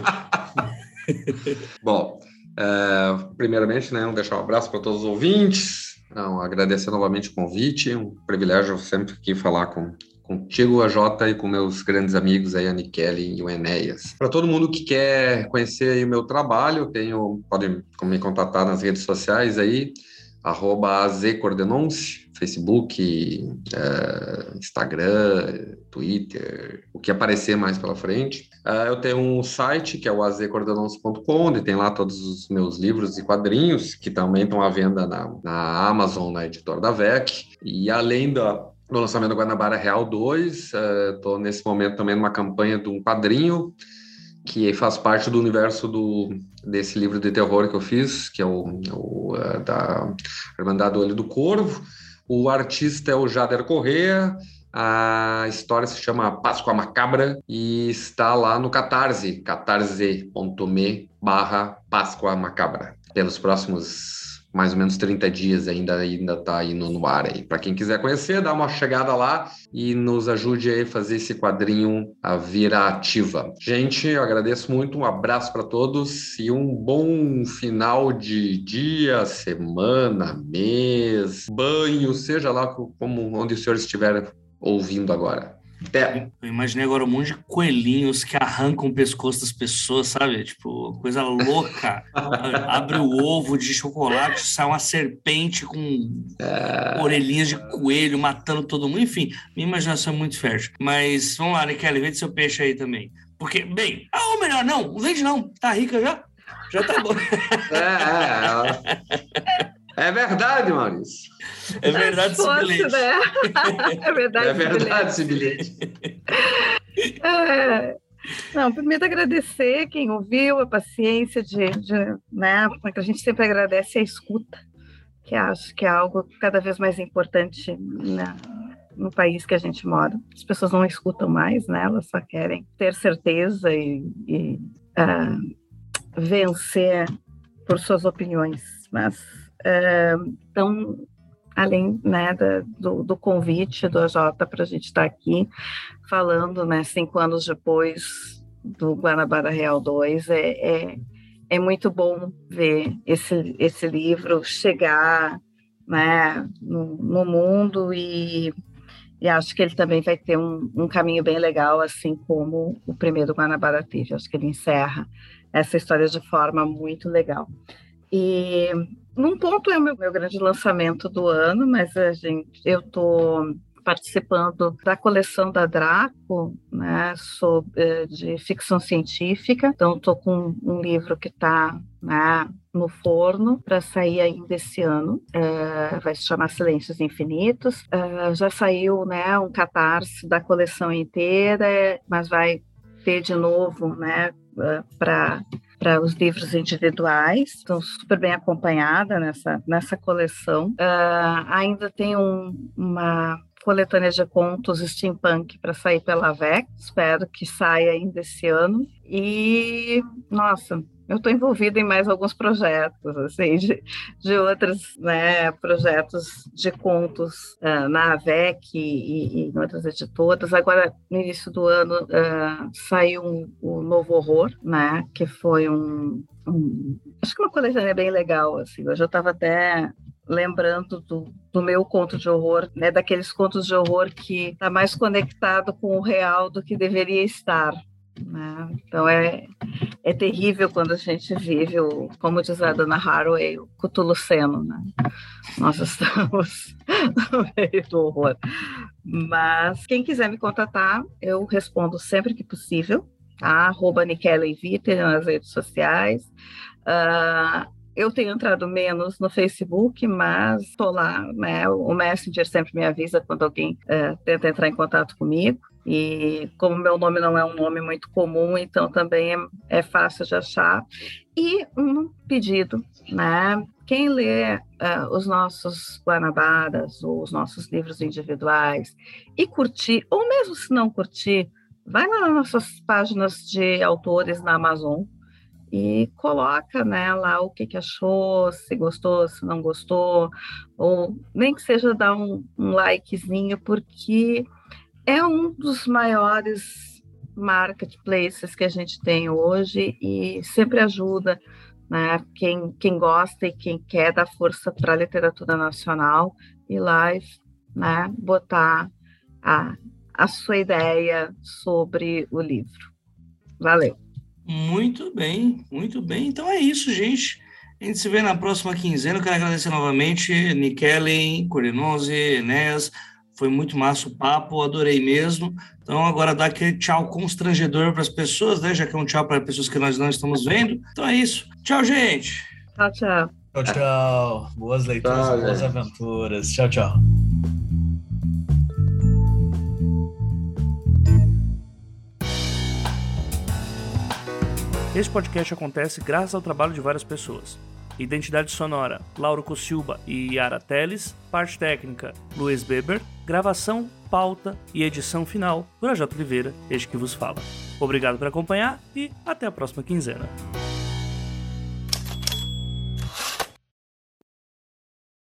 S4: Bom, primeiramente, né, deixar um abraço para todos os ouvintes, agradecer novamente o convite, um privilégio sempre aqui falar contigo, a Jota, e com meus grandes amigos aí, a Nikele e o Enéas. Para todo mundo que quer conhecer aí o meu trabalho, pode me contatar nas redes sociais aí, @azcordenonce, Facebook, Instagram, Twitter, o que aparecer mais pela frente. Eu tenho um site que é o azcordenonce.com, onde tem lá todos os meus livros e quadrinhos, que também estão à venda na Amazon, na editora da VEC. E além do lançamento do Guanabara Real 2, estou nesse momento também numa campanha de um quadrinho que faz parte do universo desse livro de terror que eu fiz, que é da Irmandade do Olho do Corvo. O artista é o Jader Corrêa. A história se chama Páscoa Macabra e está lá no Catarse, catarse.me/Páscoa Macabra. Pelos próximos mais ou menos 30 dias ainda está indo no ar aí. Para quem quiser conhecer, dá uma chegada lá e nos ajude aí a fazer esse quadrinho a virar ativa. Gente, eu agradeço muito, um abraço para todos e um bom final de dia, semana, mês, banho, seja lá onde o senhor estiver ouvindo agora.
S2: Eu imaginei agora um monte de coelhinhos que arrancam o pescoço das pessoas, sabe? Tipo, coisa louca. Abre o ovo de chocolate, sai uma serpente com orelhinhas de coelho matando todo mundo. Enfim, minha imaginação é muito fértil. Mas vamos lá, né, Kelly? Vende seu peixe aí também. Porque, bem, ou melhor, não vende não. Tá rica já? Já tá bom.
S4: É verdade, Maurício.
S2: É verdade esse bilhete.
S5: Né? É verdade
S4: esse bilhete.
S5: Não, primeiro agradecer quem ouviu, a paciência né? Porque a gente sempre agradece a escuta, que acho que é algo cada vez mais importante, né, no país que a gente mora. As pessoas não escutam mais, né? Elas só querem ter certeza e vencer por suas opiniões, mas então, além, né, do convite do AJ para a gente estar aqui falando, né, 5 anos depois do Guanabara Real 2, é muito bom ver esse livro chegar, né, no mundo e acho que ele também vai ter um caminho bem legal, assim como o primeiro Guanabara teve. Acho que ele encerra essa história de forma muito legal. E num ponto é o meu grande lançamento do ano, mas eu estou participando da coleção da Draco, né, de ficção científica. Então, estou com um livro que está, né, no forno para sair ainda esse ano. Vai se chamar Silêncios Infinitos. Já saiu, né, um catarse da coleção inteira, mas vai ter de novo, né, para os livros individuais. Estou super bem acompanhada nessa coleção. Ainda tem uma coletânea de contos steampunk para sair pela VEC. Espero que saia ainda esse ano. E, nossa, eu estou envolvida em mais alguns projetos, assim, de outros, né, projetos de contos na AVEC e em outras editoras. Agora, no início do ano, saiu o Novo Horror, né, que foi acho que uma coletânea bem legal, assim. Eu já estava até lembrando do meu conto de horror, né, daqueles contos de horror que está mais conectado com o real do que deveria estar. Né? Então é terrível quando a gente vive, como diz a Dana Haraway, o Cthulhuceno, né? Nós estamos no meio do horror. Mas quem quiser me contatar, eu respondo sempre que possível, tá? @NikelleViter nas redes sociais. Eu tenho entrado menos no Facebook, mas estou lá, né? O Messenger sempre me avisa quando alguém tenta entrar em contato comigo. E como meu nome não é um nome muito comum, então também é fácil de achar. E um pedido, né? Quem lê os nossos Guanabaras ou os nossos livros individuais e curtir, ou mesmo se não curtir, vai lá nas nossas páginas de autores na Amazon e coloca, né, lá o que achou, se gostou, se não gostou, ou nem que seja dar um likezinho, porque é um dos maiores marketplaces que a gente tem hoje e sempre ajuda, né, quem gosta e quem quer dar força para a literatura nacional ir lá e, né, botar a sua ideia sobre o livro. Valeu!
S2: Muito bem, muito bem. Então é isso, gente. A gente se vê na próxima quinzena. Eu quero agradecer novamente Nikellen, Corinonze, Enéas. Foi muito massa o papo, adorei mesmo. Então agora dá aquele tchau constrangedor para as pessoas, né? Já que é um tchau para pessoas que nós não estamos vendo. Então é isso. Tchau, gente.
S5: Tchau, tchau.
S3: Tchau, tchau. Boas leituras, boas aventuras. Tchau, tchau.
S2: Esse podcast acontece graças ao trabalho de várias pessoas. Identidade sonora, Lauro Cossilba e Yara Teles. Parte técnica, Luiz Beber. Gravação, pauta e edição final, Dora J. Oliveira, este que vos fala. Obrigado por acompanhar e até a próxima quinzena.